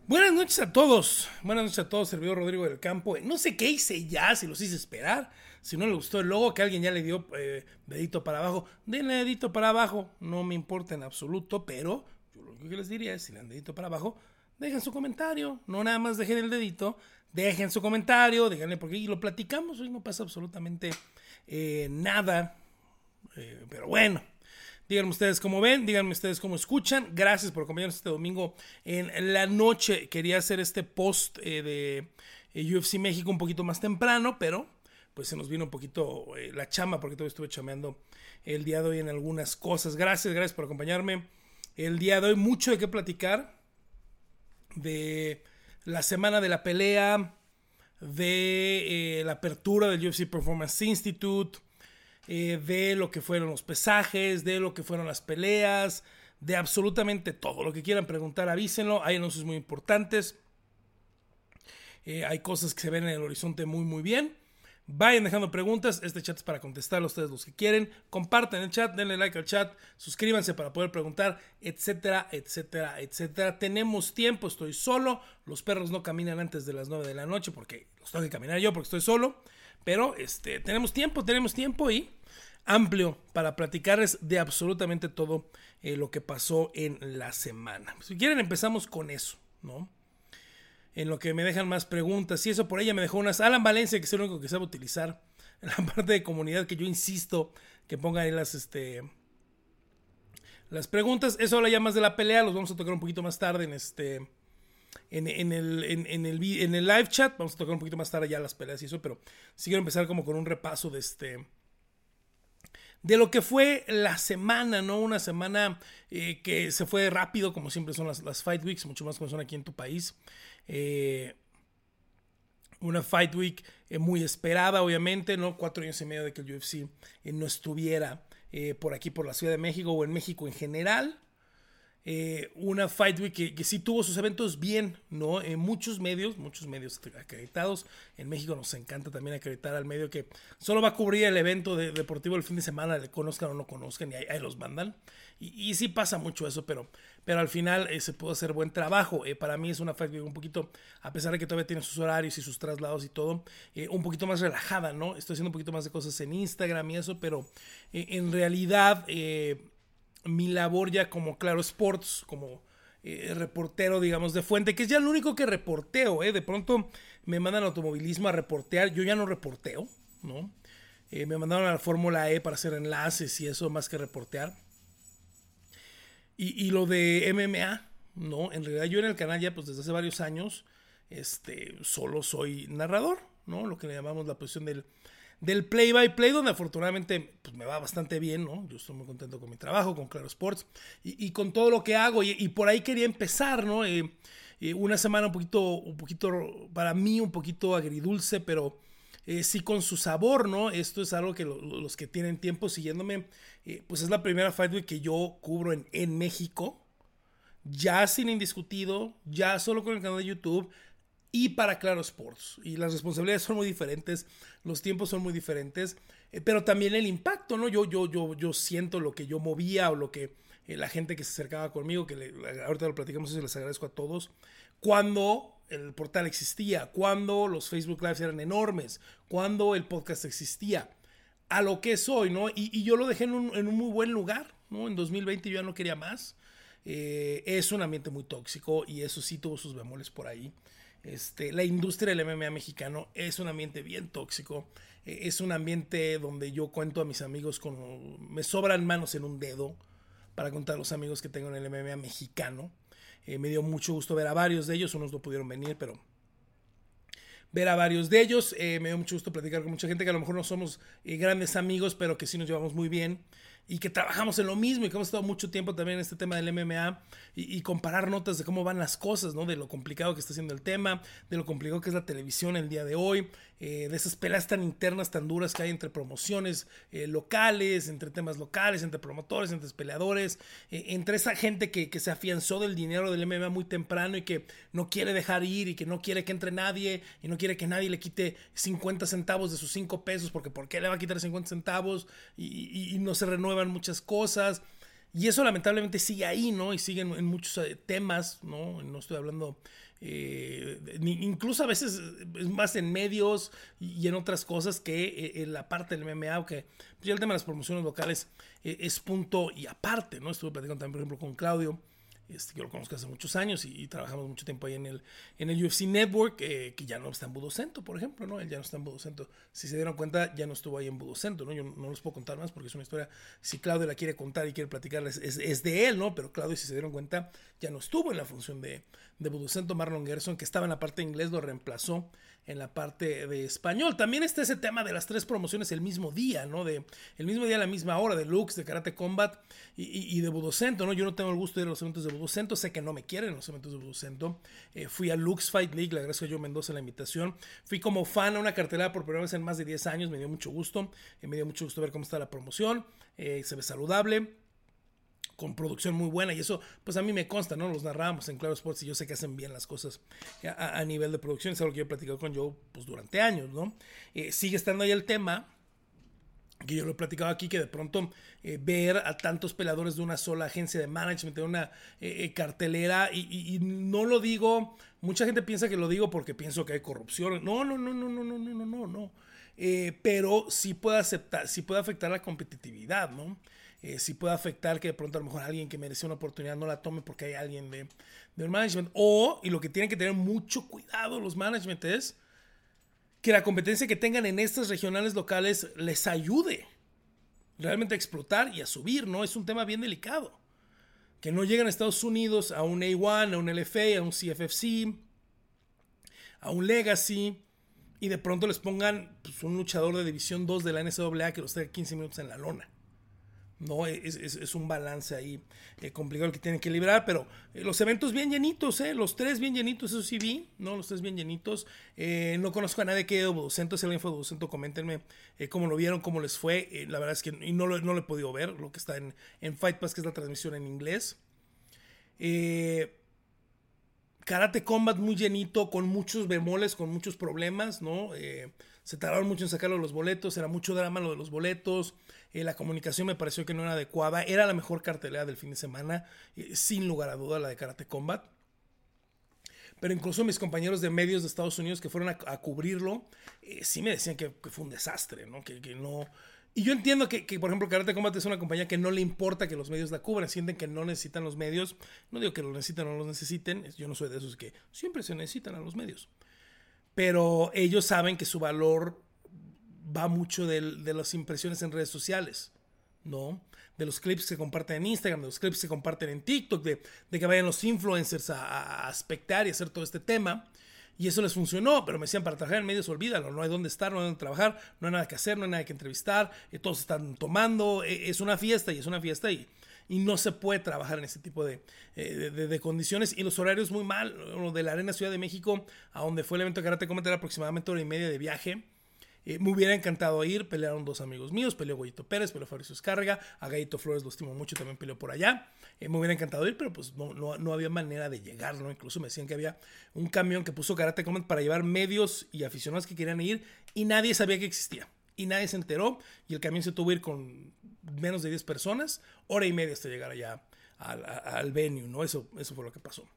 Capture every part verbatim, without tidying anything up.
Buenas noches a todos, buenas noches a todos, servidor Rodrigo del Campo. No sé qué hice ya, si los hice esperar, si no le gustó el logo, que alguien ya le dio eh, dedito para abajo, denle dedito para abajo, no me importa en absoluto, pero yo lo único que les diría es, si le dan dedito para abajo, dejen su comentario, no nada más dejen el dedito, dejen su comentario, díganle porque y lo platicamos, hoy no pasa absolutamente eh, nada, eh, pero bueno. Díganme ustedes cómo ven, díganme ustedes cómo escuchan. Gracias por acompañarnos este domingo en la noche. Quería hacer este post eh, de eh, U F C México un poquito más temprano, pero pues se nos vino un poquito eh, la chamba porque todavía estuve chameando el día de hoy en algunas cosas. Gracias, gracias por acompañarme. El día de hoy mucho de qué platicar de la semana de la pelea, de eh, la apertura del U F C Performance Institute, Eh, de lo que fueron los pesajes, de lo que fueron las peleas, de absolutamente todo. Lo que quieran preguntar, avísenlo. Hay anuncios muy importantes. Eh, hay cosas que se ven en el horizonte muy, muy bien. Vayan dejando preguntas. Este chat es para contestar a ustedes los que quieren. Compartan el chat, denle like al chat, suscríbanse para poder preguntar, etcétera, etcétera, etcétera. Tenemos tiempo, estoy solo. Los perros no caminan antes de las nueve de la noche porque los tengo que caminar yo porque estoy solo. Pero este, tenemos tiempo, tenemos tiempo y amplio para platicarles de absolutamente todo eh, lo que pasó en la semana. Si quieren empezamos con eso, ¿no? En lo que me dejan más preguntas y eso por ella me dejó unas. Alan Valencia, que es el único que sabe utilizar la parte de comunidad, que yo insisto que pongan ahí las, este, las preguntas. Eso habla ya más de la pelea, los vamos a tocar un poquito más tarde en este... En, en, el, en, en, el, en el live chat. Vamos a tocar un poquito más tarde ya las peleas y eso, pero sí quiero empezar como con un repaso de este de lo que fue la semana, ¿no? Una semana eh, que se fue rápido, como siempre son las, las Fight Weeks, mucho más como son aquí en tu país. Eh, una Fight Week eh, muy esperada, obviamente, ¿no? Cuatro años y medio de que el U F C eh, no estuviera eh, por aquí, por la Ciudad de México o en México en general. Eh, una Fight Week que, que sí tuvo sus eventos bien, ¿no? En muchos medios, muchos medios acreditados. En México nos encanta también acreditar al medio que solo va a cubrir el evento de, deportivo el fin de semana, le conozcan o no conozcan, y ahí, ahí los mandan. Y, y sí pasa mucho eso, pero, pero al final eh, se puede hacer buen trabajo. Eh, para mí es una Fight Week un poquito, a pesar de que todavía tiene sus horarios y sus traslados y todo, eh, un poquito más relajada, ¿no? Estoy haciendo un poquito más de cosas en Instagram y eso, pero eh, en realidad... Eh, mi labor ya como Claro Sports, como eh, reportero, digamos, de fuente, que es ya lo único que reporteo, ¿eh? De pronto me mandan automovilismo a reportear, yo ya no reporteo, ¿no? Eh, me mandaron a la Fórmula E para hacer enlaces y eso más que reportear. Y, y lo de M M A, ¿no? En realidad yo en el canal ya pues desde hace varios años, este, solo soy narrador, ¿no? Lo que le llamamos la posición del... del play by play, donde afortunadamente pues, me va bastante bien, ¿no? Yo estoy muy contento con mi trabajo, con Claro Sports y, y con todo lo que hago. Y, y por ahí quería empezar, ¿no? Eh, eh, una semana un poquito, un poquito, para mí, un poquito agridulce, pero eh, sí con su sabor, ¿no? Esto es algo que lo, los que tienen tiempo siguiéndome, eh, pues es la primera Fight Week que yo cubro en, en México, ya sin indiscutido, ya solo con el canal de YouTube. Y para Claro Sports. Y las responsabilidades son muy diferentes, los tiempos son muy diferentes, eh, pero también el impacto, ¿no? Yo, yo, yo, yo siento lo que yo movía o lo que eh, la gente que se acercaba conmigo, que le, ahorita lo platicamos y les agradezco a todos, cuando el portal existía, cuando los Facebook Lives eran enormes, cuando el podcast existía, a lo que es hoy, ¿no? Y, y yo lo dejé en un, en un muy buen lugar, ¿no? En dos mil veinte yo ya no quería más. Eh, es un ambiente muy tóxico y eso sí tuvo sus bemoles por ahí. Este, la industria del M M A mexicano es un ambiente bien tóxico, eh, es un ambiente donde yo cuento a mis amigos con, me sobran manos en un dedo para contar a los amigos que tengo en el M M A mexicano. Eh, me dio mucho gusto ver a varios de ellos, unos no pudieron venir, pero ver a varios de ellos, eh, me dio mucho gusto platicar con mucha gente que a lo mejor no somos eh, grandes amigos, pero que sí nos llevamos muy bien y que trabajamos en lo mismo y que hemos estado mucho tiempo también en este tema del M M A y, y comparar notas de cómo van las cosas, ¿no? De lo complicado que está siendo el tema, de lo complicado que es la televisión el día de hoy, eh, de esas peleas tan internas, tan duras que hay entre promociones eh, locales, entre temas locales, entre promotores, entre peleadores, eh, entre esa gente que, que se afianzó del dinero del M M A muy temprano y que no quiere dejar ir y que no quiere que entre nadie y no quiere que nadie le quite cincuenta centavos de sus cinco pesos porque ¿por qué le va a quitar cincuenta centavos? Y, y, y no se renuevan muchas cosas. Y eso lamentablemente sigue ahí, ¿no? Y sigue en, en muchos eh, temas, ¿no? No estoy hablando, eh, ni, incluso a veces es más en medios y en otras cosas que eh, en la parte del M M A, que pues ya el tema de las promociones locales eh, es punto y aparte, ¿no? Estuve platicando también, por ejemplo, con Claudio. Este, yo lo conozco hace muchos años y, y trabajamos mucho tiempo ahí en el, en el U F C Network, eh, que ya no está en Budocento, por ejemplo, ¿no? Él ya no está en Budocento. Si se dieron cuenta, ya no estuvo ahí en Budocento, ¿no? Yo no, no les puedo contar más porque es una historia, si Claudio la quiere contar y quiere platicarles, es, es de él, ¿no? Pero Claudio, si se dieron cuenta, ya no estuvo en la función de, de Budocento. Marlon Gerson, que estaba en la parte de inglés, lo reemplazó en la parte de español. También está ese tema de las tres promociones el mismo día, ¿no? De, el mismo día a la misma hora, de Lux, de Karate Combat y, y, y de Budocento, ¿no? Yo no tengo el gusto de ir a los eventos de Budocento, sé que no me quieren los eventos de Budocento. Eh, fui a Lux Fight League, le agradezco a Joe Mendoza la invitación. Fui como fan a una cartelera por primera vez en más de diez años, me dio mucho gusto. Eh, me dio mucho gusto ver cómo está la promoción, eh, se ve saludable, con producción muy buena, y eso pues a mí me consta, ¿no? Los narramos en Claro Sports y yo sé que hacen bien las cosas a, a nivel de producción. Es algo que yo he platicado con Joe pues durante años, ¿no? Eh, sigue estando ahí el tema que yo lo he platicado aquí, que de pronto eh, ver a tantos peleadores de una sola agencia de management, de una eh, eh, cartelera, y, y, y no lo digo, mucha gente piensa que lo digo porque pienso que hay corrupción. No, no, no, no, no, no, no, no, no, no. Eh, pero sí puede aceptar, sí puede afectar la competitividad, ¿no? Eh, sí puede afectar que de pronto a lo mejor alguien que mereció una oportunidad no la tome porque hay alguien de, de un management. O, y lo que tienen que tener mucho cuidado los management es que la competencia que tengan en estas regionales locales les ayude realmente a explotar y a subir, ¿no? Es un tema bien delicado. Que no lleguen a Estados Unidos a un A uno, a un L F A, a un C F F C, a un Legacy, y de pronto les pongan pues, un luchador de División dos de la N C A A que los tenga quince minutos en la lona. No, es, es, es un balance ahí eh, complicado el que tienen que librar, pero eh, los eventos bien llenitos, eh, los tres bien llenitos, eso sí vi, ¿no? Los tres bien llenitos. Eh, no conozco a nadie que haya ido a Budocento. Si alguien fue a Budocento, coméntenme eh, cómo lo vieron, cómo les fue. Eh, la verdad es que y no, lo, no lo he podido ver, lo que está en, en Fight Pass, que es la transmisión en inglés. Eh, Karate Combat muy llenito, con muchos bemoles, con muchos problemas, ¿no? Eh, se tardaron mucho en sacarlo de los boletos, era mucho drama lo de los boletos. Eh, la comunicación me pareció que no era adecuada. Era la mejor cartelera del fin de semana, eh, sin lugar a duda, la de Karate Combat. Pero incluso mis compañeros de medios de Estados Unidos que fueron a, a cubrirlo, eh, sí me decían que, que fue un desastre, ¿no? Que, que no... Y yo entiendo que, que, por ejemplo, Karate Combat es una compañía que no le importa que los medios la cubran, sienten que no necesitan los medios. No digo que los necesitan o no los necesiten, yo no soy de esos que siempre se necesitan a los medios. Pero ellos saben que su valor va mucho de, de las impresiones en redes sociales, ¿no? De los clips que se comparten en Instagram, de los clips que se comparten en TikTok, de, de que vayan los influencers a, a aspectar y hacer todo este tema. Y eso les funcionó, pero me decían, para trabajar en medios, olvídalo, no hay dónde estar, no hay dónde trabajar, no hay nada que hacer, no hay nada que entrevistar, eh, todos están tomando, eh, es una fiesta y es una fiesta y, y no se puede trabajar en ese tipo de, eh, de, de condiciones. Y los horarios muy mal, lo de la Arena Ciudad de México, a donde fue el evento de Karate Combat, era aproximadamente hora y media de viaje. Eh, me hubiera encantado ir, pelearon dos amigos míos, peleó Goyito Pérez, peleó Fabricio Escárraga, a Gallito Flores lo estimo mucho, también peleó por allá. Eh, me hubiera encantado ir, pero pues no, no, no había manera de llegar, ¿no? Incluso me decían que había un camión que puso Karate Combat para llevar medios y aficionados que querían ir y nadie sabía que existía. Y nadie se enteró y el camión se tuvo que ir con menos de diez personas, hora y media hasta llegar allá al, al venue, ¿no? Eso, eso fue lo que pasó.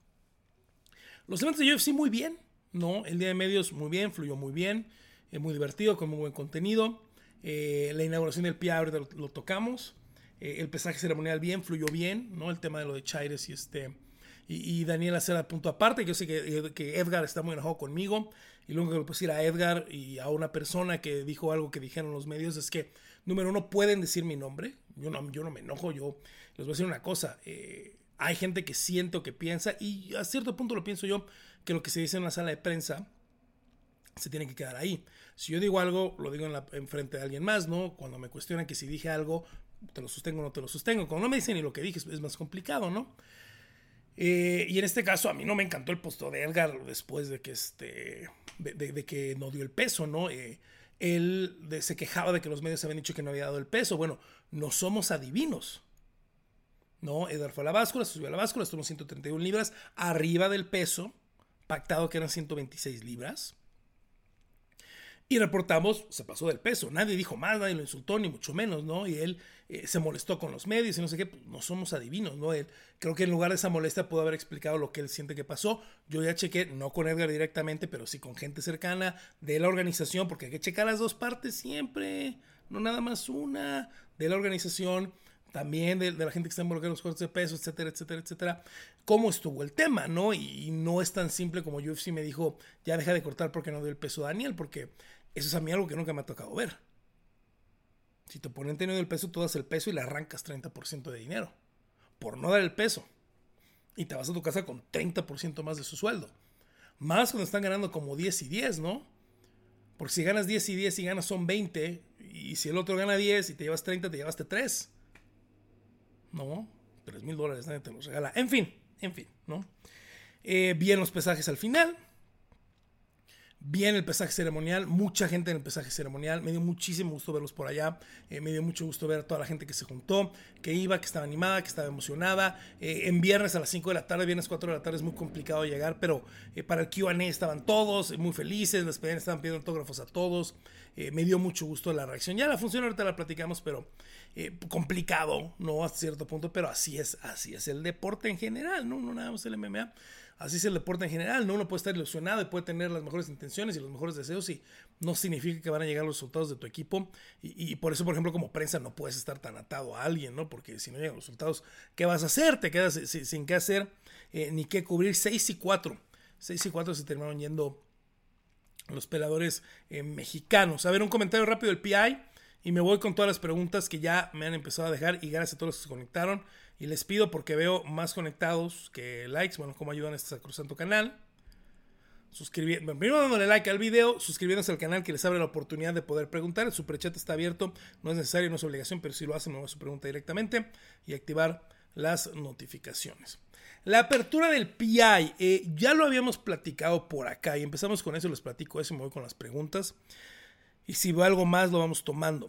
Los eventos de U F C muy bien, ¿no? El día de medios muy bien, fluyó muy bien. Eh, muy divertido, con muy buen contenido. Eh, la inauguración del P I A ahorita lo, lo tocamos. Eh, el pesaje ceremonial bien, fluyó bien, ¿no? El tema de lo de Chaires y este y, y Daniel hacer a punto aparte. Yo sé que, que Edgar está muy enojado conmigo. Y lo único que le puedo decir a Edgar y a una persona que dijo algo que dijeron los medios es que, número uno, pueden decir mi nombre. Yo no, yo no me enojo, yo les voy a decir una cosa. Eh, hay gente que siente o que piensa, y a cierto punto lo pienso yo, que lo que se dice en una sala de prensa se tiene que quedar ahí. Si yo digo algo, lo digo en, la, en frente de alguien más, ¿no? Cuando me cuestionan que si dije algo, te lo sostengo o no te lo sostengo. Cuando no me dicen ni lo que dije, es, es más complicado, ¿no? Eh, y en este caso, a mí no me encantó el posteo de Edgar después de que, este, de, de, de que no dio el peso, ¿no? Eh, él de, se quejaba de que los medios habían dicho que no había dado el peso. Bueno, no somos adivinos, ¿no? Edgar fue a la báscula, se subió a la báscula, estuvo ciento treinta y una libras, arriba del peso, pactado que eran ciento veintiséis libras. Y reportamos, se pasó del peso. Nadie dijo más, nadie lo insultó, ni mucho menos, ¿no? Y él eh, se molestó con los medios y no sé qué. Pues no somos adivinos, ¿no? Él, creo que en lugar de esa molestia pudo haber explicado lo que él siente que pasó. Yo ya chequé, no con Edgar directamente, pero sí con gente cercana de la organización, porque hay que checar las dos partes siempre, no nada más una, de la organización, también de, de la gente que está involucrada en los cortes de peso, etcétera, etcétera, etcétera. Cómo estuvo el tema, ¿no? Y, y no es tan simple como U F C me dijo, ya deja de cortar porque no dio el peso a Daniel, porque eso es a mí algo que nunca me ha tocado ver. Si tu oponente no dio el peso, tú das el peso y le arrancas treinta por ciento de dinero por no dar el peso. Y te vas a tu casa con treinta por ciento más de su sueldo. Más cuando están ganando como diez y diez, ¿no? Porque si ganas diez y diez y ganas son veinte, y si el otro gana diez y te llevas treinta, te llevaste tres. No, tres mil dólares nadie te los regala. En fin, en fin, ¿no? Eh, bien los pesajes al final. Bien el pesaje ceremonial, mucha gente en el pesaje ceremonial, me dio muchísimo gusto verlos por allá, eh, me dio mucho gusto ver a toda la gente que se juntó, que iba, que estaba animada, que estaba emocionada. Eh, en viernes a las cinco de la tarde, viernes cuatro de la tarde es muy complicado llegar, pero eh, para el Q and A estaban todos eh, muy felices, les pedían, estaban pidiendo autógrafos a todos. Eh, me dio mucho gusto la reacción. Ya la función ahorita la platicamos, pero eh, complicado, ¿no? Hasta cierto punto, pero así es, así es el deporte en general, ¿no? No nada más el M M A. Así es el deporte en general, ¿no? Uno puede estar ilusionado y puede tener las mejores intenciones y los mejores deseos y no significa que van a llegar los resultados de tu equipo. Y, y por eso, por ejemplo, como prensa no puedes estar tan atado a alguien, ¿no? Porque si no llegan los resultados, ¿qué vas a hacer? Te quedas sin, sin qué hacer eh, ni qué cubrir. seis y cuatro. seis y cuatro se terminaron yendo los peleadores eh, mexicanos. A ver, un comentario rápido del P I y me voy con todas las preguntas que ya me han empezado a dejar y gracias a todos los que se conectaron. Y les pido, porque veo más conectados que likes, bueno, cómo ayudan a este sacrosanto canal. Suscribiendo, primero dándole like al video, suscribiéndose al canal que les abre la oportunidad de poder preguntar. El superchat está abierto, no es necesario, no es obligación, pero si lo hacen, me va a su pregunta directamente. Y activar las notificaciones. La apertura del P I, eh, ya lo habíamos platicado por acá y empezamos con eso, les platico eso y me voy con las preguntas. Y si veo algo más, lo vamos tomando.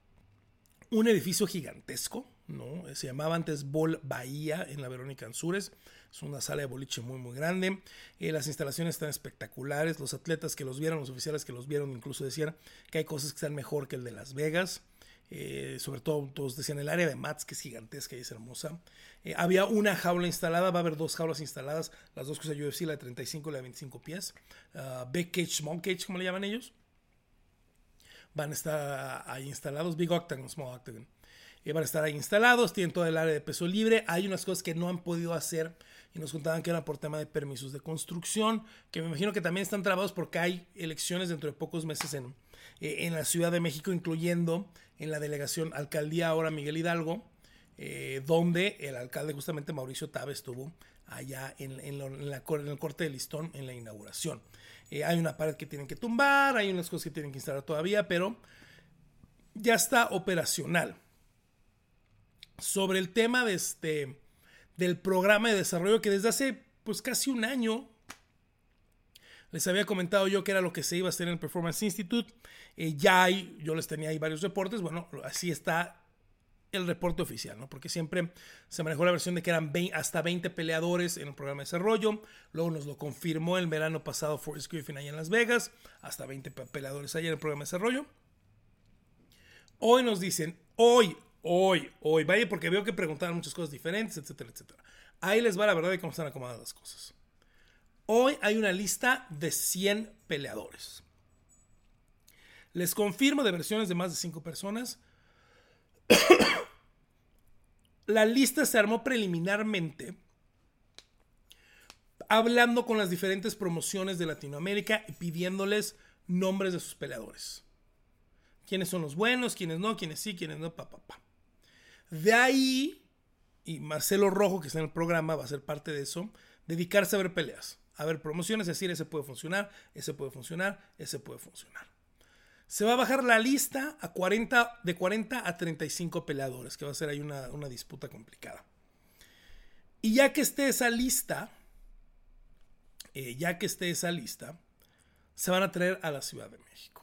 Un edificio gigantesco, ¿no? Se llamaba antes Ball Bahía en la Verónica Ansúrez. Es una sala de boliche muy muy grande. Eh, las instalaciones están espectaculares. Los atletas que los vieron, los oficiales que los vieron, incluso decían que hay cosas que están mejor que el de Las Vegas. Eh, sobre todo todos decían el área de mats, que es gigantesca y es hermosa. Eh, había una jaula instalada, va a haber dos jaulas instaladas, las dos que usa U F C, la de treinta y cinco y la de veinticinco pies. Uh, Big Cage, Small Cage, como le llaman ellos. Van a estar ahí instalados, Big Octagon, Small Octagon. Y van a estar ahí instalados, tienen todo el área de peso libre. Hay unas cosas que no han podido hacer y nos contaban que eran por tema de permisos de construcción, que me imagino que también están trabados porque hay elecciones dentro de pocos meses en, eh, en la Ciudad de México, incluyendo en la delegación alcaldía ahora Miguel Hidalgo, eh, donde el alcalde justamente Mauricio Tabe estuvo allá en, en, lo, en, la, en el corte de listón en la inauguración. Eh, hay una pared que tienen que tumbar, hay unas cosas que tienen que instalar todavía, pero ya está operacional. Sobre el tema de este, del programa de desarrollo que desde hace pues casi un año les había comentado yo que era lo que se iba a hacer en el Performance Institute. Eh, ya hay, yo les tenía ahí varios reportes, bueno, así está el reporte oficial, ¿no? Porque siempre se manejó la versión de que eran veinte, hasta veinte peleadores en el programa de desarrollo. Luego nos lo confirmó el verano pasado Forrest Griffin allá en Las Vegas, hasta veinte peleadores allá en el programa de desarrollo. Hoy nos dicen, hoy, hoy, hoy, vaya, porque veo que preguntaban muchas cosas diferentes, etcétera, etcétera. Ahí les va la verdad de cómo están acomodadas las cosas. Hoy hay una lista de cien peleadores. Les confirmo de versiones de más de cinco personas. La lista se armó preliminarmente hablando con las diferentes promociones de Latinoamérica y pidiéndoles nombres de sus peleadores. ¿Quiénes son los buenos? ¿Quiénes no? ¿Quiénes sí? ¿Quiénes no? Pa, pa, pa. De ahí, y Marcelo Rojo, que está en el programa, va a ser parte de eso, dedicarse a ver peleas, a ver promociones, es decir, ese puede funcionar, ese puede funcionar, ese puede funcionar. Se va a bajar la lista a cuarenta, de cuarenta a treinta y cinco peleadores, que va a ser ahí una, una disputa complicada. Y ya que esté esa lista, eh, ya que esté esa lista, se van a traer a la Ciudad de México.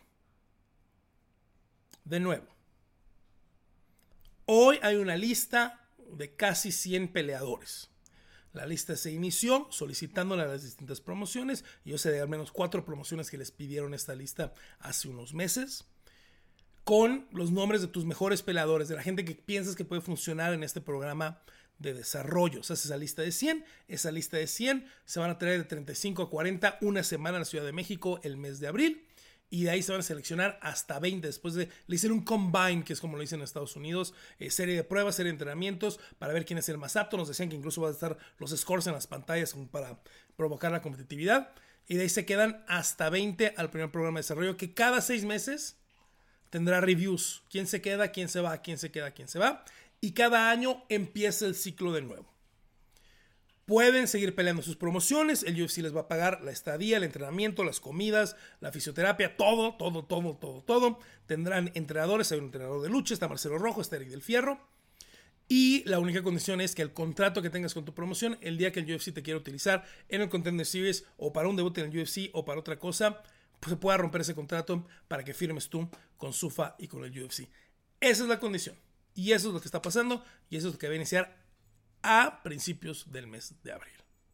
De nuevo, hoy hay una lista de casi cien peleadores. La lista se inició solicitándole a las distintas promociones. Yo sé de al menos cuatro promociones que les pidieron esta lista hace unos meses, con los nombres de tus mejores peleadores, de la gente que piensas que puede funcionar en este programa de desarrollo. O sea, esa lista de cien, esa lista de cien se van a traer de treinta y cinco a cuarenta una semana a la Ciudad de México el mes de abril. Y de ahí se van a seleccionar hasta veinte. Después de, le hicieron un combine, que es como lo dicen en Estados Unidos, eh, serie de pruebas, serie de entrenamientos, para ver quién es el más apto. Nos decían que incluso van a estar los scores en las pantallas como para provocar la competitividad. Y de ahí se quedan hasta veinte al primer programa de desarrollo, que cada seis meses tendrá reviews. Quién se queda, quién se va, quién se queda, quién se va. Y cada año empieza el ciclo de nuevo. Pueden seguir peleando sus promociones, el U F C les va a pagar la estadía, el entrenamiento, las comidas, la fisioterapia, todo, todo, todo, todo, todo. Tendrán entrenadores, hay un entrenador de lucha, está Marcelo Rojo, está Eric del Fierro. Y la única condición es que el contrato que tengas con tu promoción, el día que el U F C te quiera utilizar en el Contender Series o para un debut en el U F C o para otra cosa, pues se pueda romper ese contrato para que firmes tú con Zuffa y con el U F C. Esa es la condición. Y eso es lo que está pasando y eso es lo que va a iniciar a principios del mes de abril.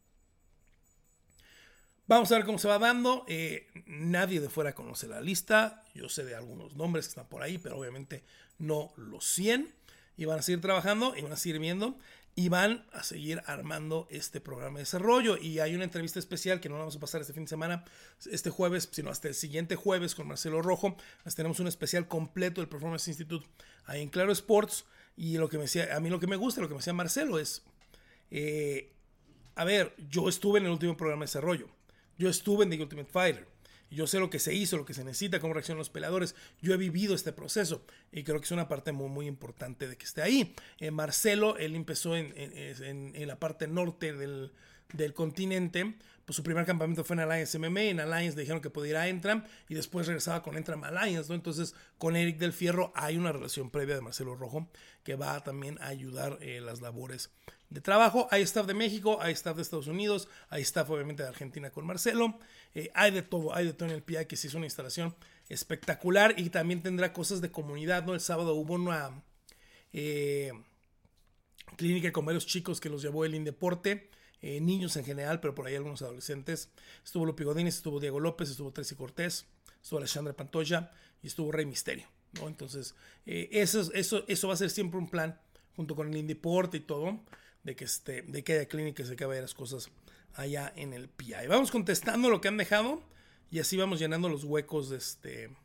Vamos a ver cómo se va dando. Eh, nadie de fuera conoce la lista. Yo sé de algunos nombres que están por ahí, pero obviamente no los cien. Y van a seguir trabajando y van a seguir viendo y van a seguir armando este programa de desarrollo. Y hay una entrevista especial que no vamos a pasar este fin de semana, este jueves, sino hasta el siguiente jueves con Marcelo Rojo. Les tenemos un especial completo del Performance Institute ahí en Claro Sports. Y lo que me decía, a mí lo que me gusta, lo que me decía Marcelo es, eh, a ver, yo estuve en el último programa de desarrollo, yo estuve en The Ultimate Fighter, yo sé lo que se hizo, lo que se necesita, cómo reaccionan los peleadores, yo he vivido este proceso y creo que es una parte muy, muy importante de que esté ahí. Eh, Marcelo, él empezó en, en, en, en la parte norte del, del continente, pues su primer campamento fue en Alliance M M A, en Alliance le dijeron que podía ir a Entram y después regresaba con Entram Alliance, ¿no? Entonces con Eric del Fierro hay una relación previa de Marcelo Rojo que va también a ayudar eh, las labores de trabajo. Hay staff de México, hay staff de Estados Unidos, hay staff obviamente de Argentina con Marcelo, eh, hay de todo, hay de todo en el P I, que sí es una instalación espectacular y también tendrá cosas de comunidad, ¿no? El sábado hubo una eh, clínica con varios chicos que los llevó el Indeporte, eh, niños en general, pero por ahí algunos adolescentes. Estuvo Lupi Godínez, estuvo Diego López, estuvo Tracy Cortés, estuvo Alexandre Pantoja y estuvo Rey Misterio, ¿no? Entonces, eh, eso, eso, eso va a ser siempre un plan, junto con el Indeporte y todo, de que, este, de que haya clínicas, de que haya las cosas allá en el P I. Vamos contestando lo que han dejado y así vamos llenando los huecos de, este,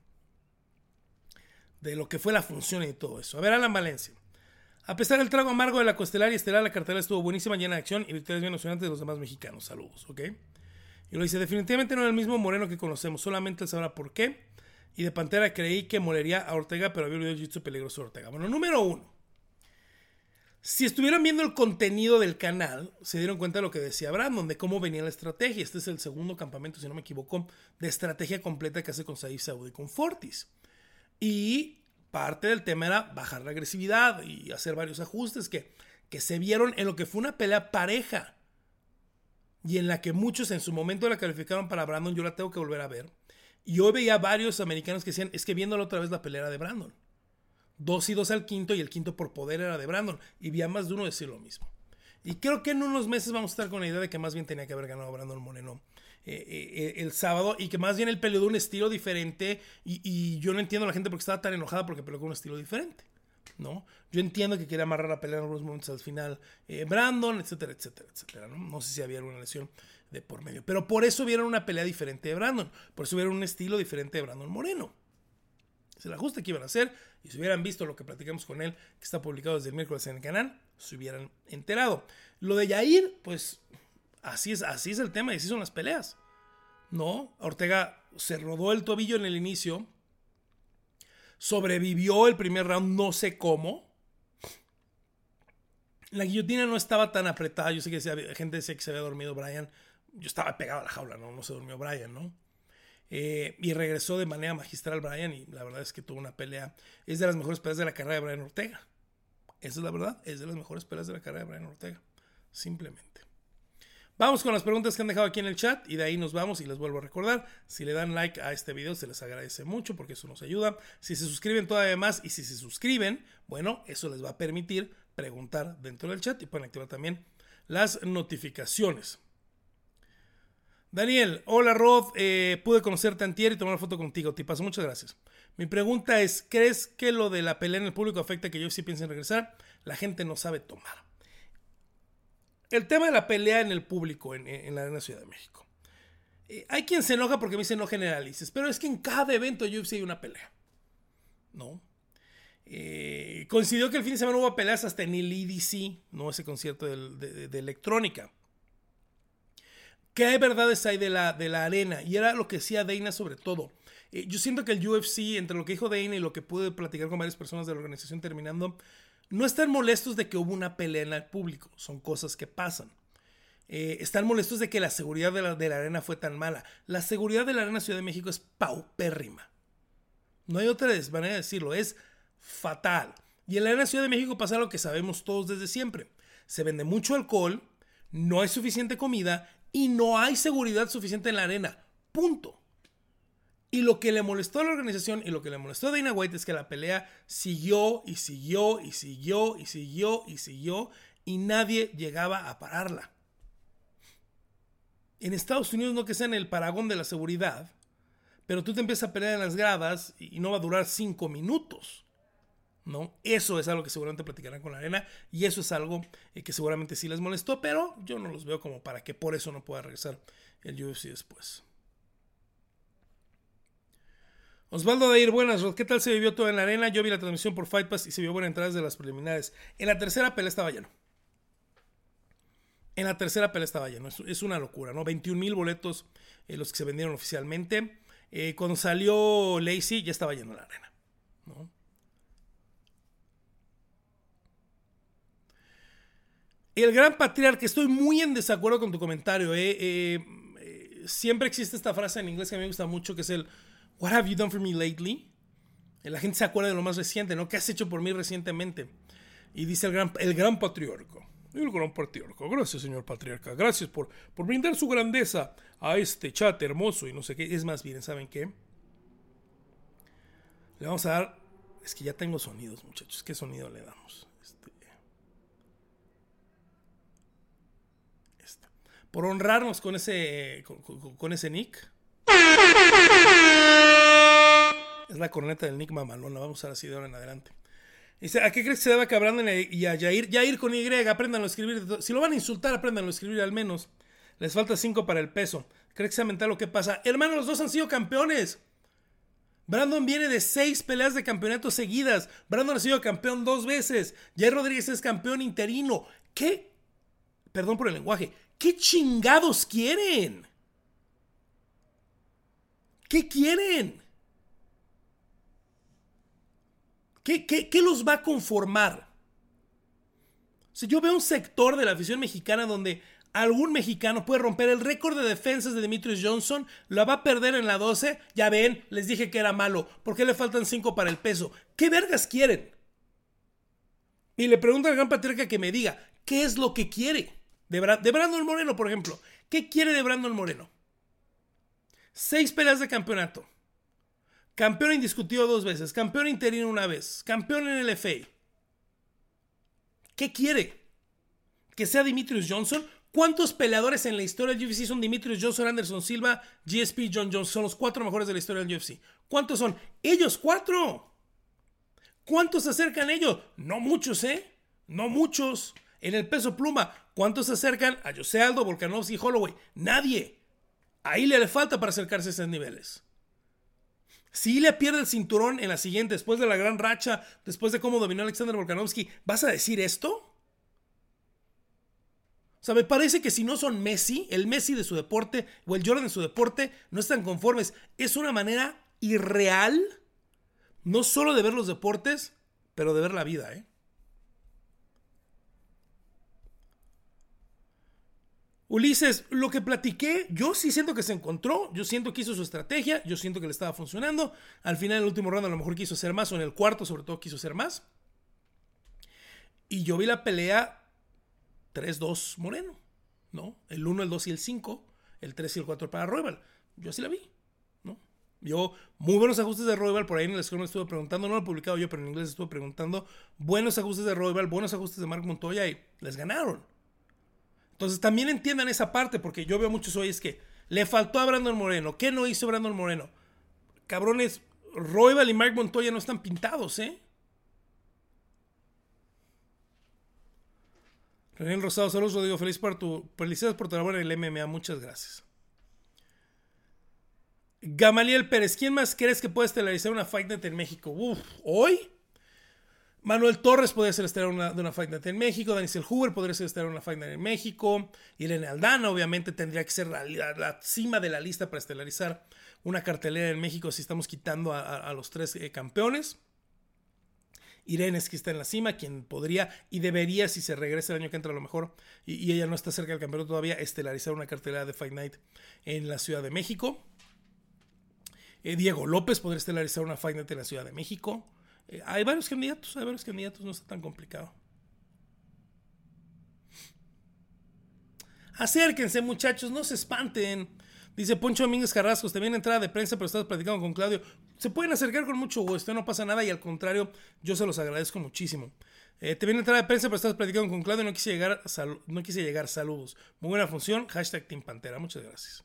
de lo que fue la función y todo eso. A ver, Alan Valencia. A pesar del trago amargo de la costelar y estelar, la cartelera estuvo buenísima, llena de acción y victorias bien emocionantes de los demás mexicanos. Saludos, ¿ok? Y lo dice, definitivamente no era el mismo Moreno que conocemos, solamente él sabrá por qué. Y de Pantera creí que molería a Ortega, pero había olvidado el jiu-jitsu peligroso de Ortega. Bueno, número uno. Si estuvieran viendo el contenido del canal, se dieron cuenta de lo que decía Brandon, de cómo venía la estrategia. Este es el segundo campamento, si no me equivoco, de estrategia completa que hace con Saif Saud y con Fortis. Y parte del tema era bajar la agresividad y hacer varios ajustes que, que se vieron en lo que fue una pelea pareja. Y en la que muchos en su momento la calificaron para Brandon, yo la tengo que volver a ver. Y yo veía varios americanos que decían, es que viéndolo otra vez la pelea era de Brandon. Dos y dos al quinto y el quinto por poder era de Brandon. Y vi a más de uno decir lo mismo. Y creo que en unos meses vamos a estar con la idea de que más bien tenía que haber ganado Brandon Moreno eh, eh, el sábado. Y que más bien él peleó de un estilo diferente. Y, y yo no entiendo a la gente porque estaba tan enojada porque peleó con un estilo diferente, ¿no? Yo entiendo que quería amarrar la pelea en algunos momentos al final eh, Brandon, etcétera, etcétera, etcétera, ¿no? No sé si había alguna lesión de por medio. Pero por eso vieron una pelea diferente de Brandon. Por eso vieron un estilo diferente de Brandon Moreno. Es el ajuste que iban a hacer, y si hubieran visto lo que platicamos con él, que está publicado desde el miércoles en el canal, se hubieran enterado. Lo de Yair, pues así es, así es el tema, y así son las peleas, ¿no? Ortega se rodó el tobillo en el inicio, sobrevivió el primer round, no sé cómo. La guillotina no estaba tan apretada, yo sé que la gente decía que se había dormido Brian, yo estaba pegado a la jaula, no, no se durmió Brian, ¿no? Eh, y regresó de manera magistral Brian y la verdad es que tuvo una pelea, es de las mejores peleas de la carrera de Brian Ortega, esa es la verdad, es de las mejores peleas de la carrera de Brian Ortega, simplemente. Vamos con las preguntas que han dejado aquí en el chat y de ahí nos vamos. Y les vuelvo a recordar, si le dan like a este video se les agradece mucho porque eso nos ayuda. Si se suscriben todavía más y si se suscriben, bueno, eso les va a permitir preguntar dentro del chat y pueden activar también las notificaciones. Daniel, hola Rod, eh, pude conocerte antier y tomar una foto contigo, te paso, muchas gracias. Mi pregunta es, ¿crees que lo de la pelea en el público afecta a que U F C piense en regresar? La gente no sabe tomar. El tema de la pelea en el público en, en la Arena Ciudad de México. Eh, hay quien se enoja porque me dice no generalices, pero es que en cada evento de U F C hay una pelea. ¿No? Eh, coincidió que el fin de semana hubo peleas hasta en el E D C, no ese concierto de, de, de electrónica. ¿Qué verdades hay de la, de la arena? Y era lo que decía Dana sobre todo. Eh, yo siento que el U F C, entre lo que dijo Dana y lo que pude platicar con varias personas de la organización terminando, no están molestos de que hubo una pelea en el público. Son cosas que pasan. Eh, están molestos de que la seguridad de la, de la arena fue tan mala. La seguridad de la Arena Ciudad de México es paupérrima. No hay otra manera de decirlo. Es fatal. Y en la Arena Ciudad de México pasa lo que sabemos todos desde siempre. Se vende mucho alcohol, no hay suficiente comida y no hay seguridad suficiente en la arena. Punto. Y lo que le molestó a la organización y lo que le molestó a Dana White es que la pelea siguió y siguió y siguió y siguió y siguió y nadie llegaba a pararla. En Estados Unidos no que sea en el paragón de la seguridad, pero tú te empiezas a pelear en las gradas y no va a durar cinco minutos. ¿No? Eso es algo que seguramente platicarán con la arena y eso es algo eh, que seguramente sí les molestó, pero yo no los veo como para que por eso no pueda regresar el U F C después. Osvaldo Dair, buenas, Rod. ¿Qué tal se vivió todo en la arena? Yo vi la transmisión por Fight Pass y se vio buena entrada desde las preliminares. En la tercera pelea estaba lleno. En la tercera pelea estaba lleno. Es, es una locura, ¿no? veintiún mil boletos eh, los que se vendieron oficialmente. Eh, cuando salió Lacey ya estaba lleno la arena, ¿no? El gran patriarca, estoy muy en desacuerdo con tu comentario. Eh, eh, eh, siempre existe esta frase en inglés que a mí me gusta mucho, que es el What have you done for me lately? La gente se acuerda de lo más reciente, ¿no? ¿Qué has hecho por mí recientemente? Y dice el gran, el gran patriarca. El gran patriarca. Gracias, señor patriarca. Gracias por, por brindar su grandeza a este chat hermoso y no sé qué. Es más, bien, ¿saben qué? Le vamos a dar... Es que ya tengo sonidos, muchachos. ¿Qué sonido le damos? Por honrarnos con ese con, con, con ese nick. Es la corneta del nick mamalona. Vamos a usar así de ahora en adelante. Dice, ¿a qué crees que se debe que a Brandon y a Jair? Jair con Y, apréndanlo a escribir. Si lo van a insultar, apréndanlo a escribir al menos. Les falta cinco para el peso. ¿Crees que sea mental lo que pasa? Hermano, los dos han sido campeones. Brandon viene de seis peleas de campeonato seguidas. Brandon ha sido campeón dos veces. Jair Rodríguez es campeón interino. ¿Qué? Perdón por el lenguaje. ¿Qué chingados quieren? ¿Qué quieren? ¿Qué, qué, qué los va a conformar? O sea, yo veo un sector de la afición mexicana donde algún mexicano puede romper el récord de defensas de Demetrius Johnson, la va a perder en la doce, ya ven, les dije que era malo, ¿por qué le faltan cinco para el peso? ¿Qué vergas quieren? Y le pregunto al gran patriarca que me diga, ¿qué es lo que quiere? De, Bra- de Brandon Moreno, por ejemplo. ¿Qué quiere de Brandon Moreno? Seis peleas de campeonato. Campeón indiscutido dos veces. Campeón interino una vez. Campeón en el F A. ¿Qué quiere? ¿Que sea Demetrius Johnson? ¿Cuántos peleadores en la historia del U F C son Demetrius Johnson, Anderson Silva, G S P, John Jones? Son los cuatro mejores de la historia del U F C. ¿Cuántos son? Ellos cuatro. ¿Cuántos se acercan ellos? No muchos, ¿eh? No muchos. En el peso pluma, ¿cuántos se acercan a Jose Aldo, Volkanovski y Holloway? Nadie. Ahí le falta para acercarse a esos niveles. Si le pierde el cinturón en la siguiente, después de la gran racha, después de cómo dominó Alexander Volkanovski, ¿vas a decir esto? O sea, me parece que si no son Messi, el Messi de su deporte o el Jordan de su deporte, no están conformes. Es una manera irreal, no solo de ver los deportes, pero de ver la vida, ¿eh? Ulises, lo que platiqué, yo sí siento que se encontró, yo siento que hizo su estrategia, yo siento que le estaba funcionando. Al final, en el último round, a lo mejor quiso hacer más, o en el cuarto, sobre todo, quiso hacer más. Y yo vi la pelea tres dos Moreno, ¿no? El uno, el dos y el cinco, el tres y el cuatro para Royval. Yo así la vi, ¿no? Yo, muy buenos ajustes de Royval, por ahí en el scrum estuve preguntando, no lo he publicado yo, pero en inglés estuve preguntando, buenos ajustes de Royval, buenos ajustes de Mark Montoya y les ganaron. Entonces también entiendan esa parte, porque yo veo muchos hoy es que le faltó a Brandon Moreno. ¿Qué no hizo Brandon Moreno? Cabrones, Roybal y Mark Montoya no están pintados, ¿eh? René Rosado, saludos, Rodrigo. Feliz por tu, felicidades por tu labor en el M M A. Muchas gracias. Gamaliel Pérez, ¿quién más crees que puede estelarizar una Fight Night en México? Uf, ¿hoy? Manuel Torres podría ser estelar una, de una Fight Night en México. Danisel Huber podría ser estelar una Fight Night en México. Irene Aldana, obviamente, tendría que ser la, la, la cima de la lista para estelarizar una cartelera en México si estamos quitando a, a, a los tres eh, campeones. Irene es que está en la cima, quien podría y debería, si se regresa el año que entra a lo mejor, y, y ella no está cerca del campeonato todavía, estelarizar una cartelera de Fight Night en la Ciudad de México. Eh, Diego López podría estelarizar una Fight Night en la Ciudad de México. Eh, hay varios candidatos, hay varios candidatos, no está tan complicado. Acérquense, muchachos, no se espanten. Dice Poncho Domínguez Carrascos, te viene entrada de prensa, pero estás platicando con Claudio. Se pueden acercar con mucho gusto, no pasa nada y al contrario, yo se los agradezco muchísimo. Eh, te viene entrada de prensa, pero estás platicando con Claudio y no quise llegar, sal- no quise llegar. Saludos. Muy buena función, hashtag Team Pantera. Muchas gracias.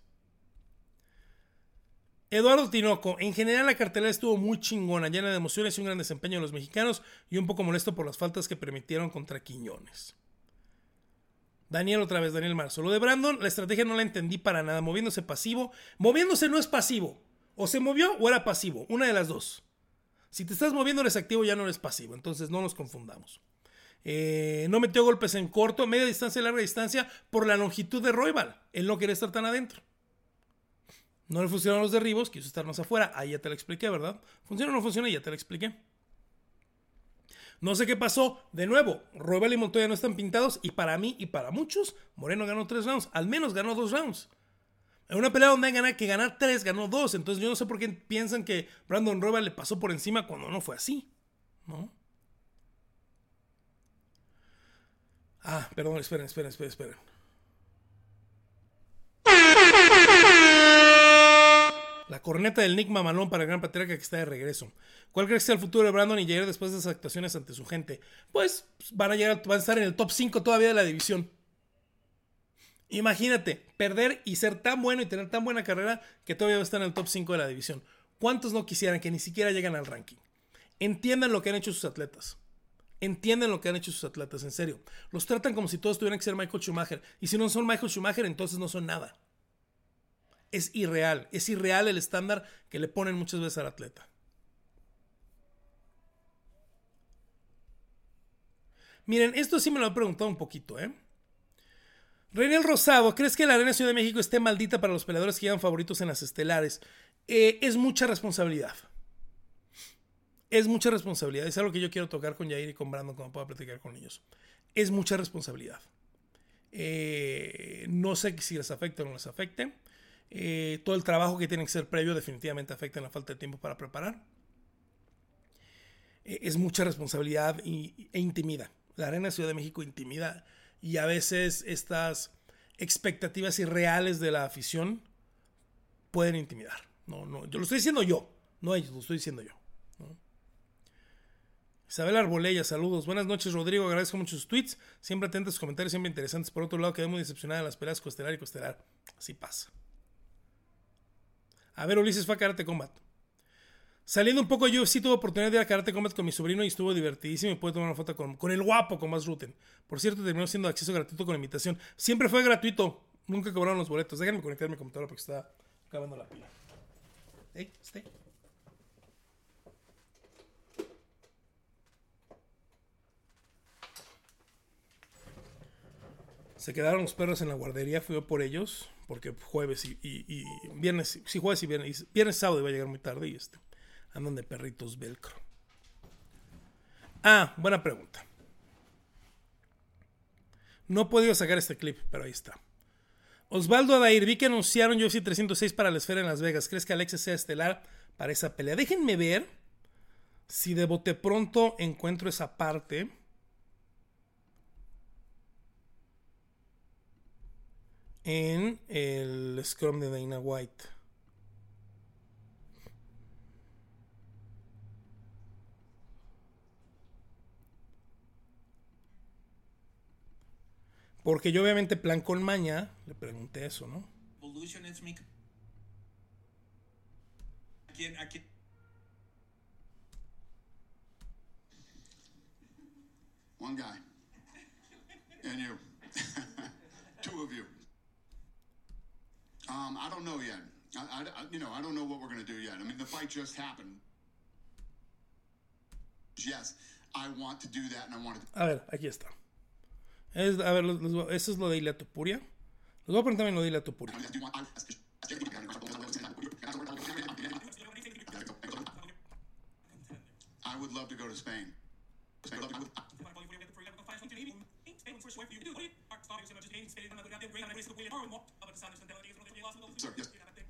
Eduardo Tinoco, en general la cartelera estuvo muy chingona, llena de emociones y un gran desempeño de los mexicanos y un poco molesto por las faltas que permitieron contra Quiñones. Daniel otra vez, Daniel Marzo. Lo de Brandon, la estrategia no la entendí para nada. Moviéndose pasivo. Moviéndose no es pasivo. O se movió o era pasivo. Una de las dos. Si te estás moviendo eres activo, ya no eres pasivo. Entonces no nos confundamos. Eh, no metió golpes en corto, media distancia y larga distancia por la longitud de Roybal. Él no quería estar tan adentro. No le funcionaron los derribos, quiso estar más afuera. Ahí ya te lo expliqué, ¿verdad? ¿Funciona o no funciona? Ya te lo expliqué. No sé qué pasó. De nuevo, Roybal y Montoya no están pintados. Y para mí y para muchos, Moreno ganó tres rounds. Al menos ganó dos rounds. En una pelea donde hay ganar, que ganar tres, ganó dos. Entonces yo no sé por qué piensan que Brandon Roybal le pasó por encima cuando no fue así. ¿No? Ah, perdón, esperen, esperen, esperen, esperen. La corneta del Nick Mamalón para el Gran Patriarca que está de regreso. ¿Cuál crees que sea el futuro de Brandon y Jair después de esas actuaciones ante su gente? Pues van a llegar, van a estar en el top cinco todavía de la división. Imagínate, perder y ser tan bueno y tener tan buena carrera que todavía va a estar en el top cinco de la división. ¿Cuántos no quisieran que ni siquiera lleguen al ranking? Entiendan lo que han hecho sus atletas. Entiendan lo que han hecho sus atletas, en serio. Los tratan como si todos tuvieran que ser Michael Schumacher. Y si no son Michael Schumacher, entonces no son nada. Es irreal, es irreal el estándar que le ponen muchas veces al atleta. Miren, esto sí me lo he preguntado un poquito, ¿eh? Reniel Rosado, ¿crees que la Arena Ciudad de México esté maldita para los peleadores que llevan favoritos en las estelares? Eh, es mucha responsabilidad. Es mucha responsabilidad. Es algo que yo quiero tocar con Jair y con Brandon cuando pueda platicar con ellos. Es mucha responsabilidad. Eh, no sé si les afecta o no les afecte. Eh, todo el trabajo que tiene que ser previo definitivamente afecta en la falta de tiempo para preparar. Eh, es mucha responsabilidad y, e intimida. La Arena Ciudad de México intimida y a veces estas expectativas irreales de la afición pueden intimidar. No, no, yo lo estoy diciendo yo, no ellos, lo estoy diciendo yo. ¿No? Isabel Arbolella, saludos. Buenas noches, Rodrigo. Agradezco mucho sus tweets. Siempre atentos, comentarios siempre interesantes. Por otro lado, quedé muy decepcionada de las peleas costelar y costelar. Así pasa. A ver, Ulises fue a Karate Combat. Saliendo un poco, yo sí tuve oportunidad de ir a Karate Combat con mi sobrino y estuvo divertidísimo y pude tomar una foto con, con el guapo, con Más Ruten. Por cierto, terminó siendo acceso gratuito con invitación. Siempre fue gratuito. Nunca cobraron los boletos. Déjenme conectar mi computadora porque está acabando la pila. ¿Eh? ¿Este? Se quedaron los perros en la guardería, fui por ellos, porque jueves y, y, y viernes, sí, jueves y viernes, viernes sábado iba a llegar muy tarde y este, andan de perritos velcro. Ah, buena pregunta. No he podido sacar este clip, pero ahí está. Osvaldo Adair, vi que anunciaron U F C trescientos seis para la esfera en Las Vegas. ¿Crees que Alexa sea estelar para esa pelea? Déjenme ver si de bote pronto encuentro esa parte. En el Scrum de Dana White. Porque yo obviamente plan con maña le pregunté eso, ¿no? Evolution is me. Again, again. One guy. And you. Two of you. Um, I don't know yet. I, I, you know, I don't know what we're going to do yet. I mean, the fight just happened. Yes, I want to do that and I want to... A ver, aquí está. Es, a ver, los, los, eso es lo de Ilia Topuria. Les voy a poner también lo de Ilia Topuria. I would love to go to Spain. Sir, yes.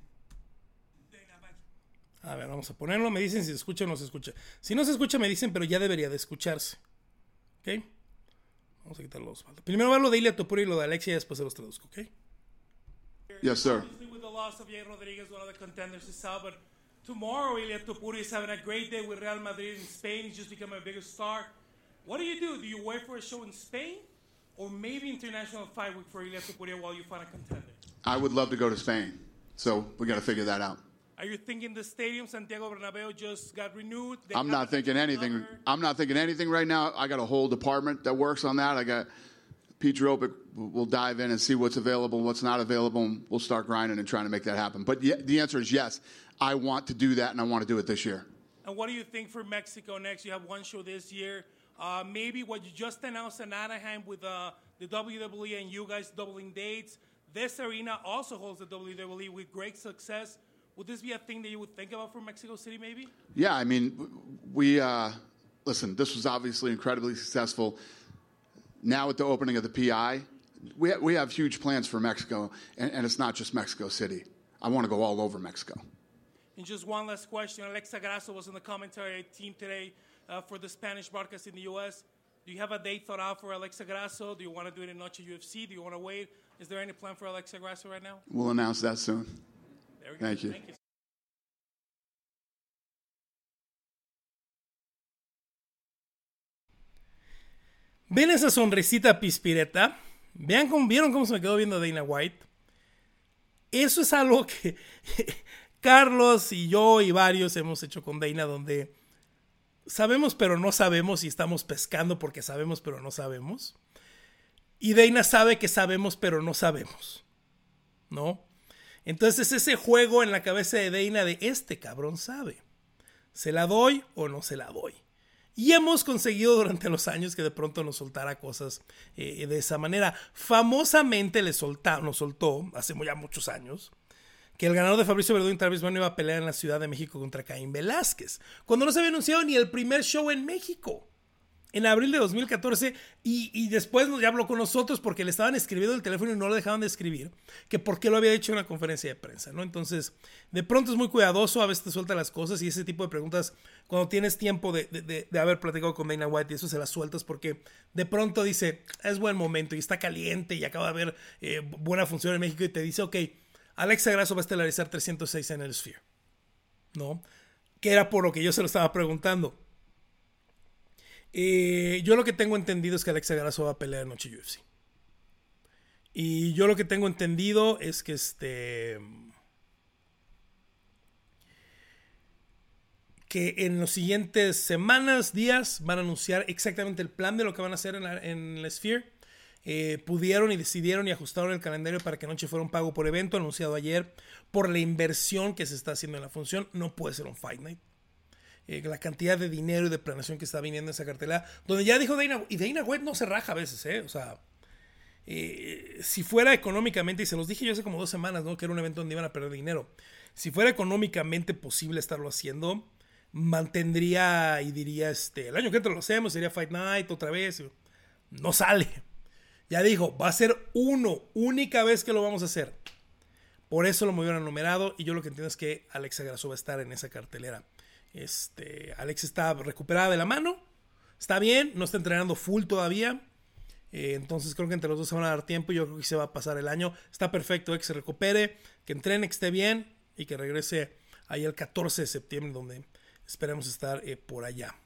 A ver, vamos a ponerlo. Me dicen si se escucha o no se escucha. Si no se escucha, me dicen, pero ya debería de escucharse. ¿Ok? Vamos a quitar los... Primero va lo de Ilia Topuria y lo de Alexia y después se los traduzco, ¿ok? Yes, sir. With the loss of Jair Rodriguez, one of the contenders is out, but tomorrow Ilia Topuria is having a great day with Real Madrid in Spain. He's just become a bigger star. What do you do? Do you wait for a show in Spain? Or maybe International Fight Week for Ilia Topuria while you find a contender? I would love to go to Spain. So we got to figure that out. Are you thinking the stadium, Santiago Bernabeu, just got renewed? They I'm not thinking anything. Another... I'm not thinking anything right now. I got a whole department that works on that. I got Pete Dropic. We'll dive in and see what's available, what's not available, and we'll start grinding and trying to make that happen. But yeah, the answer is yes. I want to do that, and I want to do it this year. And what do you think for Mexico next? You have one show this year. Uh, maybe what you just announced in Anaheim with uh, the W W E and you guys doubling dates. This arena also holds the W W E with great success. Would this be a thing that you would think about for Mexico City, maybe? Yeah, I mean, we, uh, listen, this was obviously incredibly successful. Now with the opening of the P I, we, ha- we have huge plans for Mexico, and, and it's not just Mexico City. I want to go all over Mexico. And just one last question. Alexa Grasso was on the commentary team today uh, for the Spanish broadcast in the U S. Do you have a date thought out for Alexa Grasso? Do you want to do it in Noche U F C? Do you want to wait? Is there any plan for Alexa Grasso right now? We'll announce that soon. There we go. Thank you. Thank you. ¿Ven esa sonrisita pispireta? Vean cómo, ¿vieron cómo se me quedó viendo Dana White? Eso es algo que Carlos y yo y varios hemos hecho con Dana, donde sabemos pero no sabemos y estamos pescando porque sabemos pero no sabemos. Y Dana sabe que sabemos pero no sabemos, ¿no? Entonces es ese juego en la cabeza de Dana de este cabrón sabe. ¿Se la doy o no se la doy? Y hemos conseguido durante los años que de pronto nos soltara cosas eh, de esa manera. Famosamente le solta, nos soltó, hace ya muchos años, que el ganador de Fabricio Verdún y Travis Browne iba a pelear en la Ciudad de México contra Caín Velázquez, cuando no se había anunciado ni el primer show en México. En abril de dos mil catorce, y, y después nos, ya habló con nosotros porque le estaban escribiendo el teléfono y no lo dejaban de escribir, que por qué lo había hecho en una conferencia de prensa, ¿no? Entonces, de pronto es muy cuidadoso, a veces te suelta las cosas y ese tipo de preguntas, cuando tienes tiempo de, de, de, de haber platicado con Dana White y eso se las sueltas porque de pronto dice, es buen momento y está caliente y acaba de haber eh, buena función en México y te dice, ok, Alexa Grasso va a estelarizar trescientos seis en el Sphere, ¿no? Que era por lo que yo se lo estaba preguntando. Eh, yo lo que tengo entendido es que Alexa Grasso va a pelear en Noche U F C. Y yo lo que tengo entendido es que este... que en las siguientes semanas, días, van a anunciar exactamente el plan de lo que van a hacer en, la, en el Sphere. Eh, pudieron y decidieron y ajustaron el calendario para que anoche fuera un pago por evento, anunciado ayer, por la inversión que se está haciendo en la función. No puede ser un Fight Night. Eh, la cantidad de dinero y de planeación que está viniendo en esa cartelera, donde ya dijo Dana, y Dana White no se raja a veces, ¿eh? O sea, eh, si fuera económicamente, y se los dije yo hace como dos semanas, ¿no? Que era un evento donde iban a perder dinero. Si fuera económicamente posible estarlo haciendo, mantendría y diría, este, el año que entra lo hacemos, sería Fight Night otra vez. No sale. Ya dijo, va a ser uno, única vez que lo vamos a hacer. Por eso lo movieron al numerado, y yo lo que entiendo es que Alexa Grasso va a estar en esa cartelera. Este, Alex está recuperada de la mano, está bien, no está entrenando full todavía, eh, entonces creo que entre los dos se van a dar tiempo y yo creo que se va a pasar el año. Está perfecto, eh, que se recupere, que entrene, que esté bien y que regrese ahí el catorce de septiembre, donde esperemos estar eh, por allá.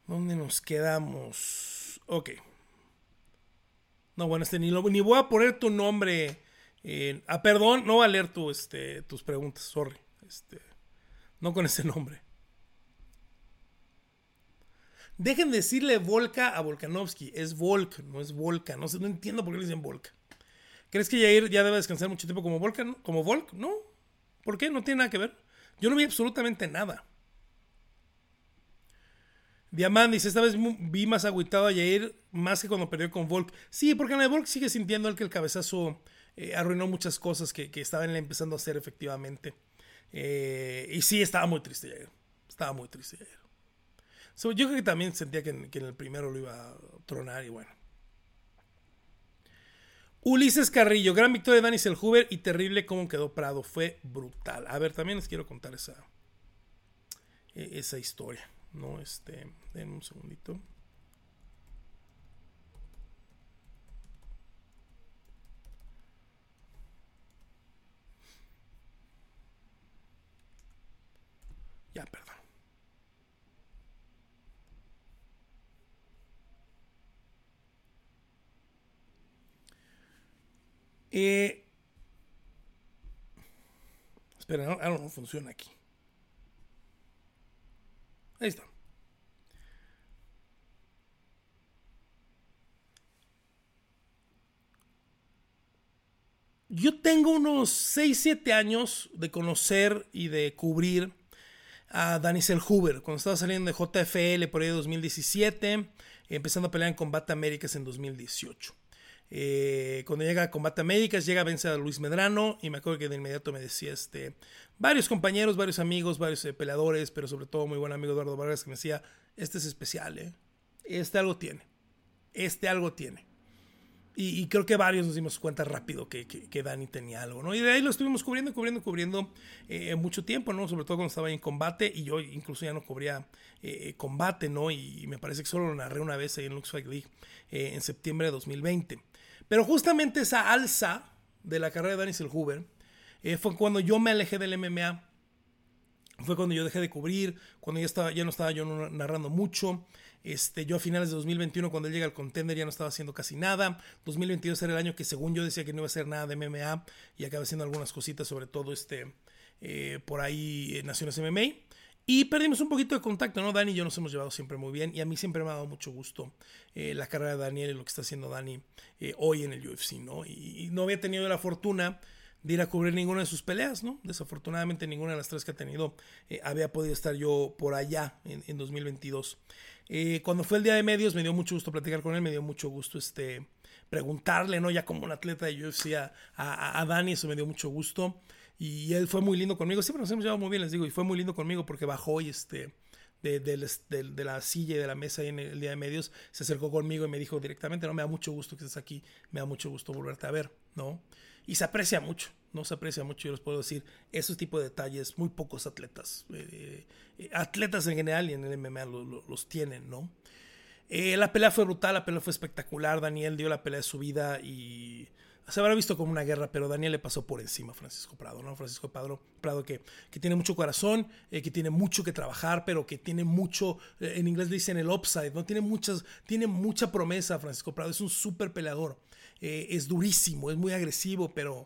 ¿Dónde nos quedamos? Ok. No, bueno, este ni, lo, ni voy a poner tu nombre. Eh, ah, perdón, no voy a leer tu, este, tus preguntas, sorry. Este, no con ese nombre. Dejen de decirle Volka a Volkanovski. Es Volk, no es Volka. No sé, no entiendo por qué le dicen Volka. ¿Crees que Yair ya debe descansar mucho tiempo como Volka? ¿Como Volk? No. ¿Por qué? No tiene nada que ver. Yo no vi absolutamente nada. Diamant dice, esta vez vi más agüitado a Yair más que cuando perdió con Volk. Sí, porque en el Volk sigue sintiendo él que el cabezazo eh, arruinó muchas cosas que, que estaban empezando a hacer efectivamente. Eh, y sí, estaba muy triste Yair. Estaba muy triste Yair. So, yo creo que también sentía que en, que en el primero lo iba a tronar y bueno. Ulises Carrillo, gran victoria de Dani Selhuber y terrible cómo quedó Prado. Fue brutal. A ver, también les quiero contar esa, esa historia. No, este, denme un segundito. Ya, perdón. Eh, espera, no, no, no funciona aquí. Ahí está. Yo tengo unos seis siete años de conocer y de cubrir a Dani Selhuber cuando estaba saliendo de J F L por ahí de dos mil diecisiete, empezando a pelear en Combate Américas en dos mil dieciocho. Eh, cuando llega a Combate Américas, llega a vencer a Luis Medrano y me acuerdo que de inmediato me decía este, varios compañeros, varios amigos, varios eh, peleadores, pero sobre todo muy buen amigo Eduardo Vargas que me decía, este es especial, ¿eh? Este algo tiene, este algo tiene. Y, y creo que varios nos dimos cuenta rápido que, que, que Dani tenía algo, ¿no? Y de ahí lo estuvimos cubriendo, cubriendo, cubriendo eh, mucho tiempo, ¿no? Sobre todo cuando estaba en Combate y yo incluso ya no cubría eh, Combate, ¿no? Y me parece que solo lo narré una vez ahí en Lux Fight League eh, en septiembre de dos mil veinte. Pero justamente esa alza de la carrera de Dani Selhuber eh, fue cuando yo me alejé del M M A. Fue cuando yo dejé de cubrir, cuando ya, estaba, ya no estaba yo narrando mucho. Este, yo a finales de dos mil veintiuno, cuando él llega al Contender, ya no estaba haciendo casi nada. dos mil veintidós era el año que según yo decía que no iba a hacer nada de M M A y acabé haciendo algunas cositas, sobre todo este, eh, por ahí en Naciones M M A. Y perdimos un poquito de contacto, ¿no? Dani y yo nos hemos llevado siempre muy bien y a mí siempre me ha dado mucho gusto eh, la carrera de Daniel y lo que está haciendo Dani eh, hoy en el U F C, ¿no? Y, y no había tenido la fortuna de ir a cubrir ninguna de sus peleas, ¿no? Desafortunadamente ninguna de las tres que ha tenido eh, había podido estar yo por allá en, en dos mil veintidós. Eh, cuando fue el día de medios me dio mucho gusto platicar con él, me dio mucho gusto este, preguntarle, ¿no? Ya como un atleta de U F C a, a, a Dani, eso me dio mucho gusto. Y él fue muy lindo conmigo, siempre nos hemos llevado muy bien, les digo, y fue muy lindo conmigo porque bajó y este... De, de, de, de la silla y de la mesa ahí en el día de medios, se acercó conmigo y me dijo directamente, no, me da mucho gusto que estés aquí, me da mucho gusto volverte a ver, ¿no? Y se aprecia mucho, ¿no? Se aprecia mucho, yo les puedo decir, esos tipos de detalles, muy pocos atletas, eh, eh, atletas en general y en el M M A lo, lo, los tienen, ¿no? Eh, la pelea fue brutal, la pelea fue espectacular, Daniel dio la pelea de su vida y... se habrá visto como una guerra, pero Daniel le pasó por encima a Francisco Prado, ¿no? Francisco Prado, Prado que, que tiene mucho corazón, eh, que tiene mucho que trabajar, pero que tiene mucho, eh, en inglés le dicen el upside, ¿no? Tiene, muchas, tiene mucha promesa Francisco Prado, es un súper peleador, eh, es durísimo, es muy agresivo, pero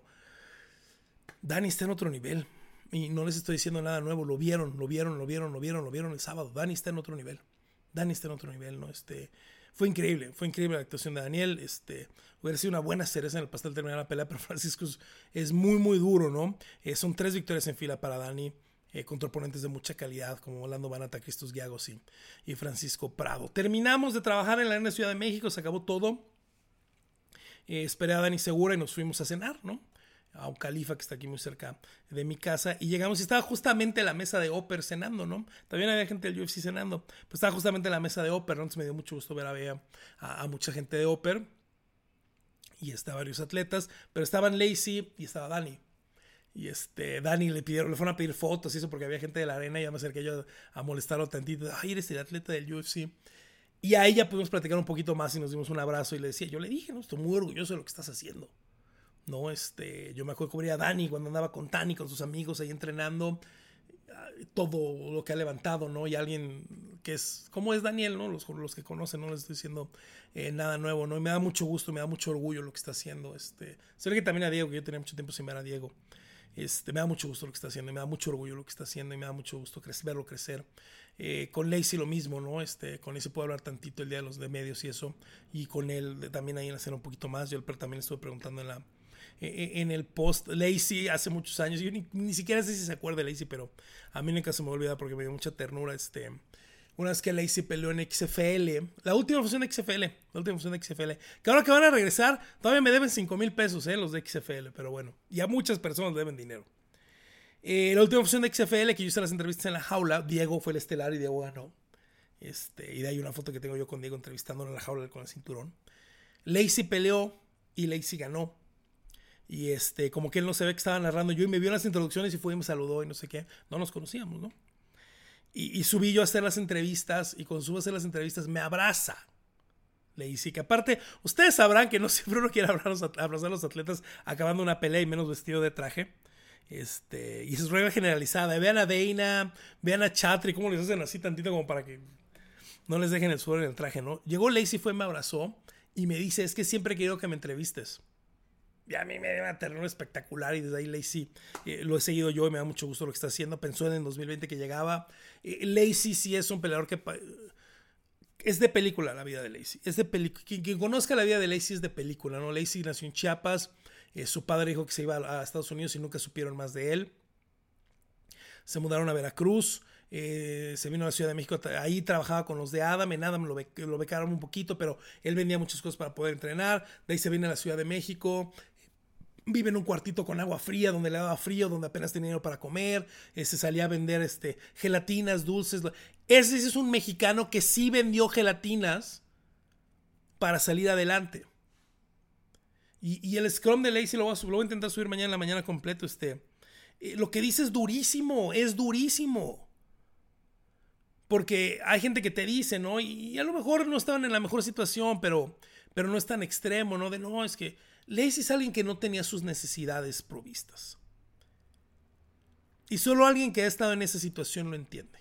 Dani está en otro nivel. Y no les estoy diciendo nada nuevo, lo vieron, lo vieron, lo vieron, lo vieron, lo vieron el sábado. Dani está en otro nivel, Dani está en otro nivel, ¿no? Este... Fue increíble, fue increíble la actuación de Daniel. Este, hubiera sido una buena cereza en el pastel terminar la pelea, pero Francisco es, es muy, muy duro, ¿no? Eh, son tres victorias en fila para Dani, eh, contra oponentes de mucha calidad, como Orlando Banata, Cristos Giagos y, y Francisco Prado. Terminamos de trabajar en la Arena Ciudad de México, se acabó todo. Eh, esperé a Dani segura y nos fuimos a cenar, ¿no? A un Califa que está aquí muy cerca de mi casa y llegamos y estaba justamente la mesa de Oper cenando, ¿no? También había gente del U F C cenando, pues estaba justamente la mesa de Oper, ¿no? Entonces me dio mucho gusto ver a, a, a mucha gente de Oper y estaban varios atletas, pero estaban Lacey y estaba Dani. Y este, Dani le pidieron, le fueron a pedir fotos y eso porque había gente de la arena y ya me acerqué yo a molestarlo tantito. Ay, eres el atleta del U F C. Y a ella pudimos platicar un poquito más y nos dimos un abrazo y le decía, yo le dije, no, estoy muy orgulloso de lo que estás haciendo. No, este, yo me acuerdo que cubría a Dani cuando andaba con Tani, con sus amigos ahí entrenando. todo lo que ha levantado, ¿no? Y alguien que es, como es Daniel, ¿no? Los, los que conocen, no les estoy diciendo eh, nada nuevo, ¿no? Y me da mucho gusto, me da mucho orgullo lo que está haciendo. Este, sé que también a Diego, que yo tenía mucho tiempo sin ver a Diego. Este, me da mucho gusto lo que está haciendo, y me da mucho orgullo lo que está haciendo, y me da mucho gusto crecer, verlo crecer. Eh, con Lacey lo mismo, ¿no? Este, con Lacey puedo hablar tantito el día de los de medios y eso, y con él de, también ahí en hacer un poquito más. Yo pero también estuve preguntando en la en el post. Lacey hace muchos años, yo ni, ni siquiera sé si se acuerda de Lacey, pero a mí nunca se me olvida porque me dio mucha ternura. Este, una vez que Lacey peleó en X F L, la última función de X F L, la última función de X F L, que ahora que van a regresar, todavía me deben cinco mil pesos, eh, los de X F L, pero bueno, y a muchas personas deben dinero. Eh, la última función de X F L, que yo hice las entrevistas en la jaula, Diego fue el estelar y Diego ganó. Este, y de ahí una foto que tengo yo con Diego entrevistándolo en la jaula con el cinturón. Lacey peleó y Lacey ganó. Y este, como que él no se ve que estaba narrando yo, y me vio en las introducciones y fue y me saludó y no sé qué. No nos conocíamos, ¿no? Y, y subí yo a hacer las entrevistas, y cuando subo a hacer las entrevistas me abraza Lacey, que aparte, ustedes sabrán que no siempre uno quiere abrazar a los atletas acabando una pelea y menos vestido de traje. Este, y es regla generalizada. Vean a Dana, vean a Chatri, cómo les hacen así tantito como para que no les dejen el sudor en el traje, ¿no? Llegó Lacey, fue, me abrazó y me dice, es que siempre he querido que me entrevistes. Y a mí me dio una ternura espectacular, y desde ahí Lacey eh, lo he seguido yo y me da mucho gusto lo que está haciendo. Pensó en el dos mil veinte que llegaba. Eh, Lacey sí es un peleador que pa- es de película la vida de Lacey. Es de película. Quien, quien conozca la vida de Lacey es de película, ¿no? Lacey nació en Chiapas. Eh, su padre dijo que se iba a, a Estados Unidos y nunca supieron más de él. Se mudaron a Veracruz. Eh, se vino a la Ciudad de México, ahí trabajaba con los de Adam, en Adam lo, bec- lo becaron un poquito, pero él vendía muchas cosas para poder entrenar. De ahí se viene a la Ciudad de México, vive en un cuartito con agua fría, donde le daba frío, donde apenas tenía dinero para comer. Eh, se salía a vender este, gelatinas, dulces. Ese, ese es un mexicano que sí vendió gelatinas para salir adelante. Y, y el Scrum de Lacey lo voy, a, lo voy a intentar subir mañana en la mañana completo. Este, eh, lo que dice es durísimo, es durísimo. Porque hay gente que te dice, ¿no? Y a lo mejor no estaban en la mejor situación, pero, pero no es tan extremo, ¿no? De no, es que Lacey es alguien que no tenía sus necesidades provistas. Y solo alguien que ha estado en esa situación lo entiende.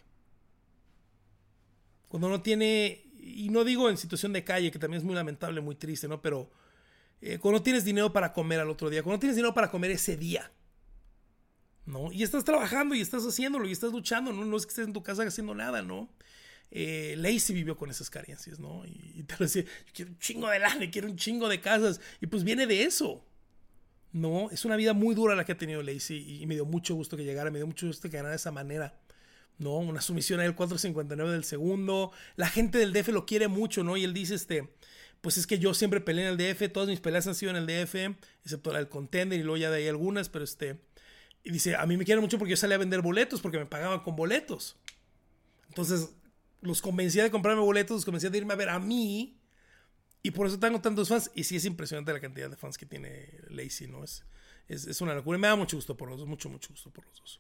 Cuando no tiene, y no digo en situación de calle, que también es muy lamentable, muy triste, ¿no? Pero eh, cuando no tienes dinero para comer al otro día, cuando no tienes dinero para comer ese día, ¿no? Y estás trabajando y estás haciéndolo y estás luchando, no, no es que estés en tu casa haciendo nada, ¿no? Eh, Lacey vivió con esas carencias, ¿no? Y, y te lo decía, yo quiero un chingo de lana, quiero un chingo de casas, y pues viene de eso, ¿no? Es una vida muy dura la que ha tenido Lacey, y, y me dio mucho gusto que llegara, me dio mucho gusto que ganara de esa manera, ¿no? Una sumisión ahí el cuatro cincuenta y nueve del segundo, la gente del D F lo quiere mucho, ¿no? Y él dice, este, pues es que yo siempre peleé en el D F, todas mis peleas han sido en el D F, excepto la del Contender, y luego ya de ahí algunas, pero este... Y dice, a mí me quieren mucho porque yo salía a vender boletos, porque me pagaban con boletos. Entonces, los convencía de comprarme boletos, los convencía de irme a ver a mí, y por eso tengo tantos fans. Y sí es impresionante la cantidad de fans que tiene Lacey, ¿no? Es, es, es una locura. Y me da mucho gusto por los dos, mucho, mucho gusto por los dos.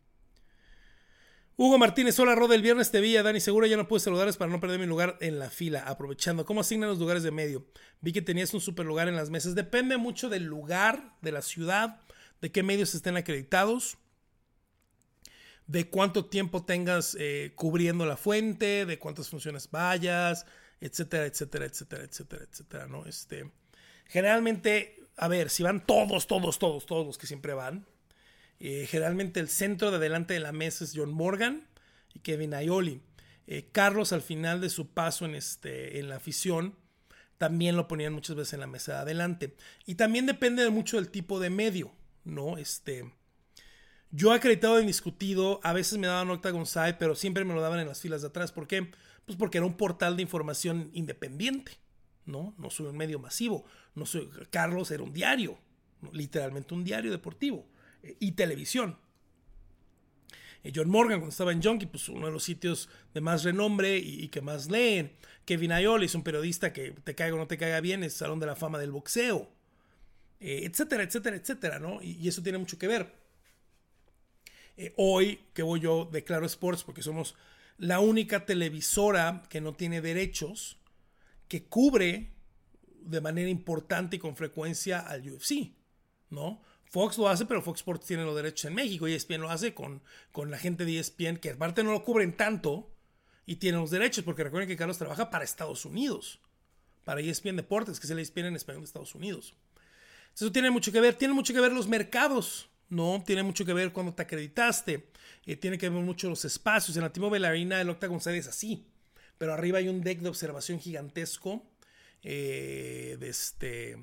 Hugo Martínez, hola Roda, el viernes te vi a Dani Segura, ya no pude saludarles para no perder mi lugar en la fila. Aprovechando, ¿cómo asignan los lugares de medio? Vi que tenías un super lugar en las mesas. Depende mucho del lugar, de la ciudad, de qué medios estén acreditados, de cuánto tiempo tengas eh, cubriendo la fuente, de cuántas funciones vayas, etcétera, etcétera, etcétera, etcétera, etcétera, ¿no? Este, generalmente, a ver, si van todos, todos, todos, todos los que siempre van, eh, generalmente el centro de adelante de la mesa es John Morgan y Kevin Aioli. Eh, Carlos, al final de su paso en, este, en la afición, también lo ponían muchas veces en la mesa de adelante. Y también depende mucho del tipo de medio, ¿no? Este, yo acreditado e indiscutido, a veces me daban Octagon Side, pero siempre me lo daban en las filas de atrás. ¿Por qué? Pues porque era un portal de información independiente, ¿no? No soy un medio masivo. No soy, Carlos era un diario, ¿no? Literalmente un diario deportivo eh, y televisión. Eh, John Morgan, cuando estaba en Junkie, pues uno de los sitios de más renombre y, y que más leen. Kevin Aioli es un periodista que te caiga o no te caiga bien, es Salón de la Fama del boxeo. Eh, etcétera, etcétera, etcétera, ¿no? Y, y eso tiene mucho que ver. Eh, hoy que voy yo de Claro Sports, porque somos la única televisora que no tiene derechos, que cubre de manera importante y con frecuencia al U F C, ¿no? Fox lo hace, pero Fox Sports tiene los derechos en México y E S P N lo hace con, con la gente de E S P N, que aparte no lo cubren tanto y tienen los derechos, porque recuerden que Carlos trabaja para Estados Unidos, para E S P N Deportes, que es el E S P N en español de Estados Unidos. Eso tiene mucho que ver, tiene mucho que ver los mercados, ¿no? Tiene mucho que ver cuando te acreditaste, eh, tiene que ver mucho los espacios. En la T-Mobile Arena el Octagon Side es así, pero arriba hay un deck de observación gigantesco eh, de este...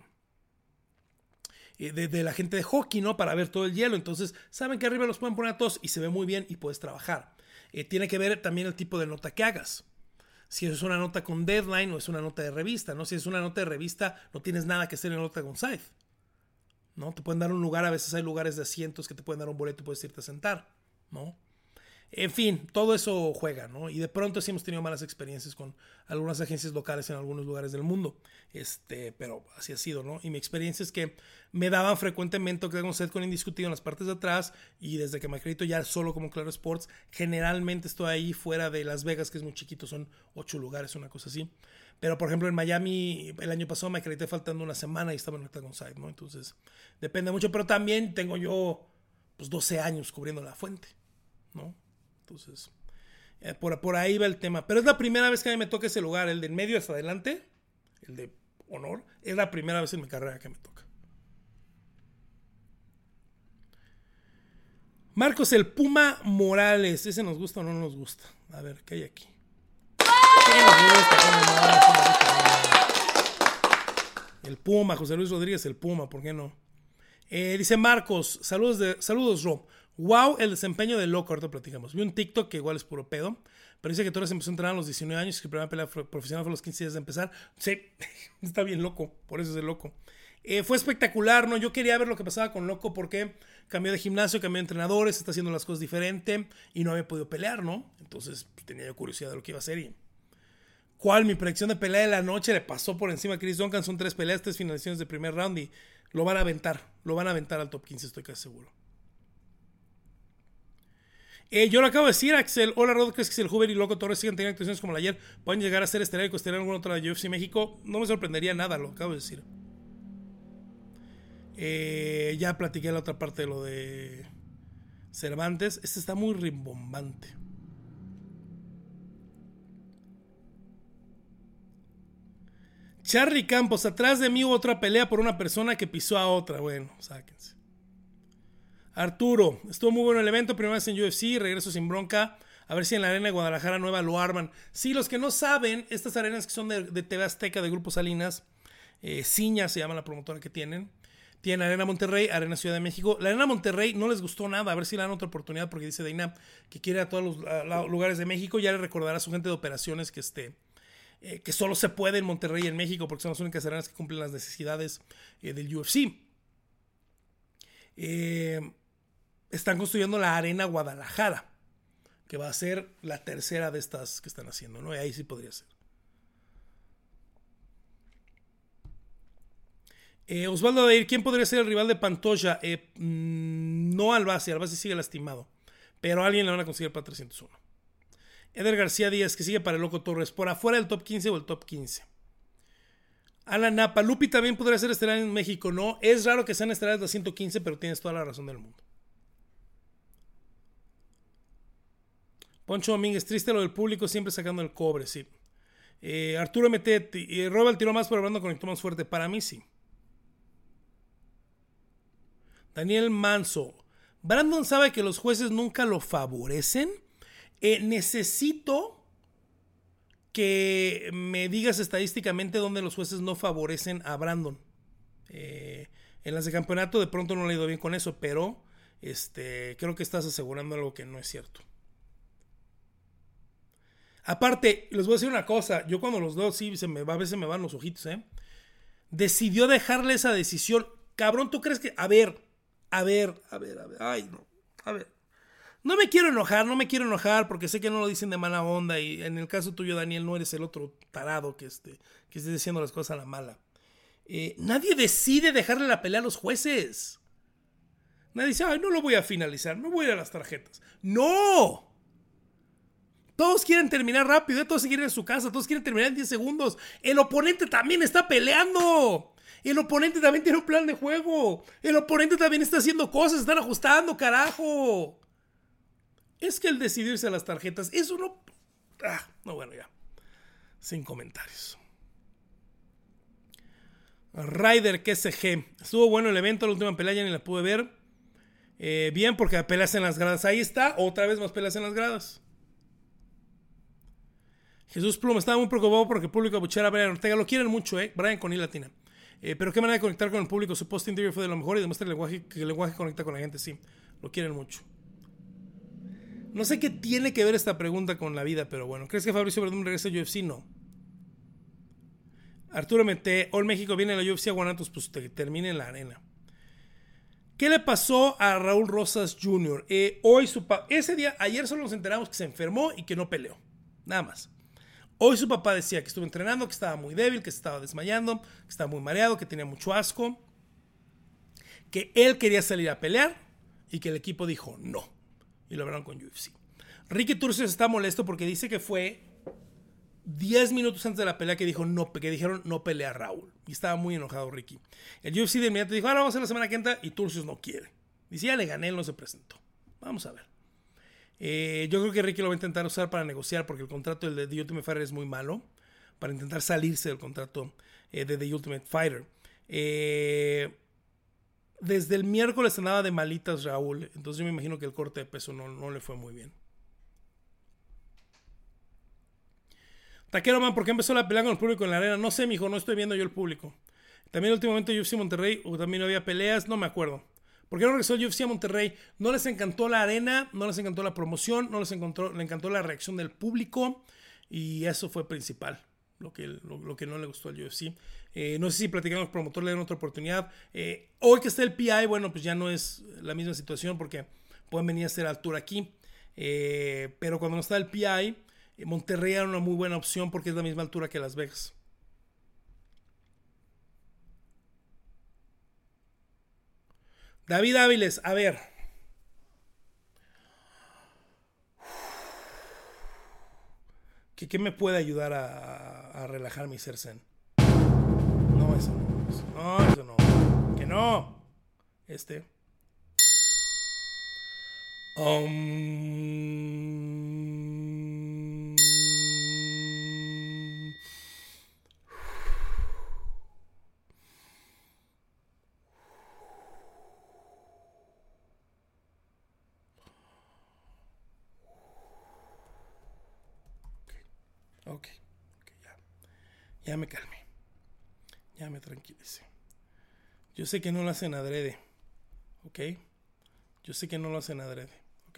De, de la gente de hockey, ¿no? Para ver todo el hielo. Entonces, saben que arriba los pueden poner a todos y se ve muy bien y puedes trabajar. Eh, tiene que ver también el tipo de nota que hagas. Si es una nota con deadline o es una nota de revista, ¿no? Si es una nota de revista, no tienes nada que hacer en el Octagon Side, ¿no? Te pueden dar un lugar, a veces hay lugares de asientos que te pueden dar un boleto y puedes irte a sentar, ¿no? En fin, todo eso juega, ¿no? Y de pronto sí hemos tenido malas experiencias con algunas agencias locales en algunos lugares del mundo. Este, pero así ha sido, ¿no? Y mi experiencia es que me daban frecuentemente que un set con indiscutido en las partes de atrás, y desde que me acredito ya solo como Claro Sports, generalmente estoy ahí fuera de Las Vegas, que es muy chiquito, son ocho lugares, una cosa así. Pero, por ejemplo, en Miami, el año pasado me acredité faltando una semana y estaba en Octagon Side, ¿no? Entonces, depende mucho, pero también tengo yo, pues, doce años cubriendo la fuente, ¿no? Entonces, eh, por, por ahí va el tema. Pero es la primera vez que a mí me toca ese lugar, el de en medio hasta adelante, el de honor. Es la primera vez en mi carrera que me toca. Marcos, el Puma Morales. ¿Ese nos gusta o no nos gusta? A ver, ¿qué hay aquí? ¿Qué nos gusta? El Puma, José Luis Rodríguez, el Puma, ¿por qué no? Eh, dice Marcos, saludos, de, saludos Ro. Wow, el desempeño de Loco, ahorita platicamos. Vi un TikTok que igual es puro pedo, pero dice que Torres empezó a entrenar a los diecinueve años y que la primera pelea profesional fue a los quince días de empezar. Sí, está bien loco, por eso es el Loco. Eh, fue espectacular, ¿no? Yo quería ver lo que pasaba con Loco porque cambió de gimnasio, cambió de entrenadores, está haciendo las cosas diferente y no había podido pelear, ¿no? Entonces pues, tenía yo curiosidad de lo que iba a hacer y... ¿Cuál? Mi predicción de pelea de la noche le pasó por encima a Chris Duncan. Son tres peleas, tres finalizaciones de primer round y lo van a aventar. Lo van a aventar al top quince, estoy casi seguro. Eh, yo lo acabo de decir, Axel. Hola, Rod. ¿Crees que si el Hoover y Loco Torres siguen teniendo actuaciones como la ayer, pueden llegar a ser estelar y costear alguna otra de U F C México? No me sorprendería nada, lo acabo de decir. Eh, ya platiqué la otra parte de lo de Cervantes. Este está muy rimbombante. Charlie Campos, atrás de mí hubo otra pelea por una persona que pisó a otra. Bueno, sáquense. Arturo, estuvo muy bueno el evento, primera vez en U F C, regreso sin bronca. A ver si en la arena de Guadalajara nueva lo arman. Sí, los que no saben, estas arenas que son de, de T V Azteca, de Grupo Salinas, eh, Ciña se llama la promotora que tienen. Tienen Arena Monterrey, Arena Ciudad de México. La Arena Monterrey no les gustó nada, a ver si le dan otra oportunidad, porque dice Deina que quiere a todos los a, a lugares de México. Ya le recordará a su gente de operaciones que este... Eh, que solo se puede en Monterrey y en México porque son las únicas arenas que cumplen las necesidades eh, del U F C. Eh, están construyendo la Arena Guadalajara, que va a ser la tercera de estas que están haciendo, ¿no? Y ahí sí podría ser. Eh, Osvaldo Adair, ¿quién podría ser el rival de Pantoja? Eh, mmm, no Albasi, Albasi sigue lastimado, pero a alguien le van a conseguir para trescientos uno. Eder García Díaz, que sigue para el Loco Torres, por afuera del top quince o el top quince. Alan Napa, Lupi también podría ser estelar en México, ¿no? Es raro que sean estelares de ciento quince, pero tienes toda la razón del mundo. Poncho Domínguez, triste lo del público, siempre sacando el cobre, sí. Eh, Arturo M T, eh, roba el tiro más, pero Brandon conectó más fuerte. Para mí, sí. Daniel Manso, Brandon sabe que los jueces nunca lo favorecen. Eh, necesito que me digas estadísticamente dónde los jueces no favorecen a Brandon. Eh, en las de campeonato de pronto no le ha ido bien con eso, pero este, creo que estás asegurando algo que no es cierto. Aparte, les voy a decir una cosa. Yo cuando los veo, sí, se me va, a veces me van los ojitos, ¿eh? Decidió dejarle esa decisión. Cabrón, ¿tú crees que...? A ver, a ver, a ver, a ver. Ay, no, a ver. No me quiero enojar, no me quiero enojar porque sé que no lo dicen de mala onda y en el caso tuyo, Daniel, no eres el otro tarado que, este, que esté diciendo las cosas a la mala. Eh, nadie decide dejarle la pelea a los jueces. Nadie dice, ay, no lo voy a finalizar, me voy a ir a las tarjetas. ¡No! Todos quieren terminar rápido, ¿eh? Todos se quieren ir a su casa, todos quieren terminar en diez segundos. El oponente también está peleando. El oponente también tiene un plan de juego. El oponente también está haciendo cosas, están ajustando, carajo. Es que el decidirse a las tarjetas, eso no... Ah, no, bueno, ya. Sin comentarios. Ryder K S G. Estuvo bueno el evento, la última pelea ya ni la pude ver. Eh, bien, porque peleas en las gradas. Ahí está, otra vez más peleas en las gradas. Jesús Plum estaba muy preocupado porque el público abucheara a Brian Ortega. Lo quieren mucho, ¿eh? Brian con I latina. Eh, pero qué manera de conectar con el público. Su post interior fue de lo mejor y demuestra el lenguaje, que el lenguaje conecta con la gente. Sí, lo quieren mucho. No sé qué tiene que ver esta pregunta con la vida, pero bueno. ¿Crees que Fabricio Verdún regresa a U F C? No. Arturo M T, All México viene a la U F C a Guanatos, pues te, termine en la arena. ¿Qué le pasó a Raúl Rosas junior? Eh, hoy su papá, ese día, ayer solo nos enteramos que se enfermó y que no peleó. Nada más. Hoy su papá decía que estuvo entrenando, que estaba muy débil, que se estaba desmayando, que estaba muy mareado, que tenía mucho asco, que él quería salir a pelear y que el equipo dijo no. Y lo verán con U F C. Ricky Turcios está molesto porque dice que fue diez minutos antes de la pelea que, dijo no, que dijeron no pelea a Raúl. Y estaba muy enojado Ricky. El U F C de inmediato dijo, ahora vamos a hacer la semana que entra, y Turcios no quiere. Dice, ya le gané, él no se presentó. Vamos a ver. Eh, yo creo que Ricky lo va a intentar usar para negociar porque el contrato del de The Ultimate Fighter es muy malo. Para intentar salirse del contrato eh, de The Ultimate Fighter. Eh, desde el miércoles andaba de malitas Raúl. Entonces yo me imagino que el corte de peso no, no le fue muy bien. Taquero Man, ¿por qué empezó la pelea con el público en la arena? No sé, mijo, no estoy viendo yo el público. También últimamente U F C Monterrey, o también no había peleas, no me acuerdo. ¿Por qué no regresó el U F C a Monterrey? No les encantó la arena, no les encantó la promoción, no les encantó, le encantó la reacción del público, y eso fue principal, lo que, lo, lo que no le gustó al U F C. Eh, no sé si platicamos, promotor le dan otra oportunidad. Eh, hoy que está el P I, bueno, pues ya no es la misma situación porque pueden venir a hacer altura aquí. Eh, pero cuando no está el P I, Monterrey era una muy buena opción porque es la misma altura que Las Vegas. David Áviles, a ver. ¿Qué, qué me puede ayudar a, a relajar mi ser zen? No, eso no. Eso, no, eso no. Que no. Este. Um... Ok, ok, ya. Ya me calmé. Ya me tranquilicé. Yo sé que no lo hacen adrede. ¿Ok? Yo sé que no lo hacen adrede. ¿Ok?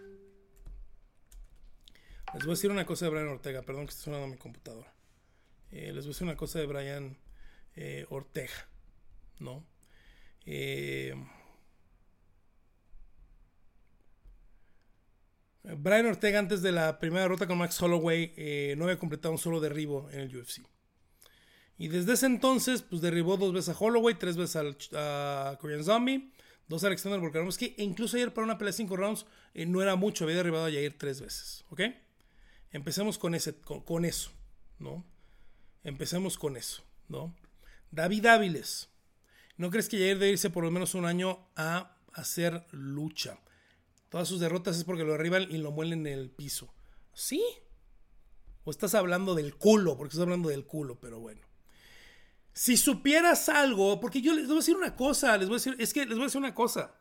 Les voy a decir una cosa de Brian Ortega. Perdón que esté sonando mi computadora. Eh, les voy a decir una cosa de Brian eh, Ortega. ¿No? Eh... Brian Ortega, antes de la primera derrota con Max Holloway, eh, no había completado un solo derribo en el U F C. Y desde ese entonces, pues derribó dos veces a Holloway, tres veces al, a Korean Zombie, dos a Alexander Volkanovski, e incluso ayer para una pelea de cinco rounds eh, no era mucho, había derribado a Yair tres veces. ¿Ok? Empecemos con, ese, con, con eso, ¿no? Empecemos con eso, ¿no? David Áviles. ¿No crees que Yair debe irse por lo menos un año a hacer lucha? Todas sus derrotas es porque lo derriban y lo muelen en el piso. ¿Sí? O estás hablando del culo, porque estás hablando del culo, pero bueno. Si supieras algo, porque yo les voy a decir una cosa, les voy a decir, es que les voy a decir una cosa.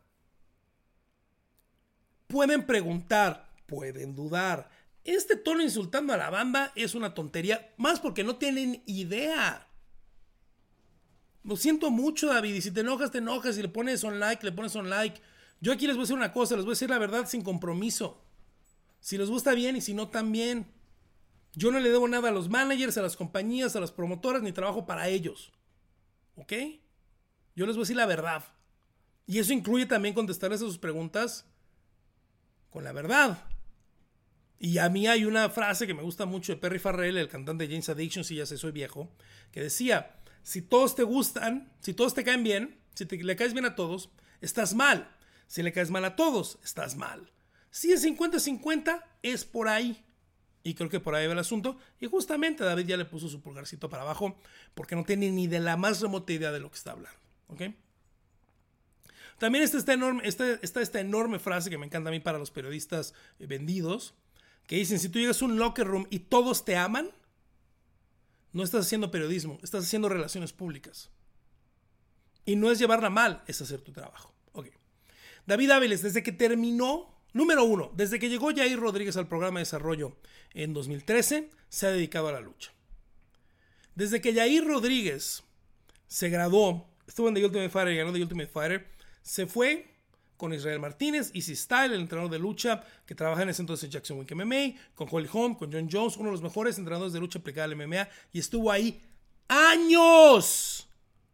Pueden preguntar, pueden dudar. Este tono insultando a la banda es una tontería, más porque no tienen idea. Lo siento mucho, David, y si te enojas, te enojas, si le pones on like, le pones on like. Yo aquí les voy a decir una cosa, les voy a decir la verdad sin compromiso. Si les gusta bien y si no también. Yo no le debo nada a los managers, a las compañías, a las promotoras, ni trabajo para ellos. ¿Ok? Yo les voy a decir la verdad. Y eso incluye también contestarles a sus preguntas con la verdad. Y a mí hay una frase que me gusta mucho de Perry Farrell, el cantante de Jane's Addiction, si ya sé, soy viejo, que decía, si todos te gustan, si todos te caen bien, si te, le caes bien a todos, estás mal. Si le caes mal a todos, estás mal. Si es cincuenta cincuenta, es por ahí. Y creo que por ahí va el asunto. Y justamente David ya le puso su pulgarcito para abajo porque no tiene ni de la más remota idea de lo que está hablando. ¿Ok? También está esta enorme, está, está esta enorme frase que me encanta a mí para los periodistas eh, vendidos, que dicen, si tú llegas a un locker room y todos te aman, no estás haciendo periodismo, estás haciendo relaciones públicas. Y no es llevarla mal, es hacer tu trabajo. Ok. David Áviles, desde que terminó, número uno, desde que llegó Yair Rodríguez al programa de desarrollo en dos mil trece, se ha dedicado a la lucha. Desde que Yair Rodríguez se graduó, estuvo en The Ultimate Fighter y ganó The Ultimate Fighter, se fue con Israel Martínez, Easy Style, el entrenador de lucha que trabaja en ese entonces en Jackson Wink M M A, con Holly Holm, con John Jones, uno de los mejores entrenadores de lucha aplicada al M M A, y estuvo ahí años,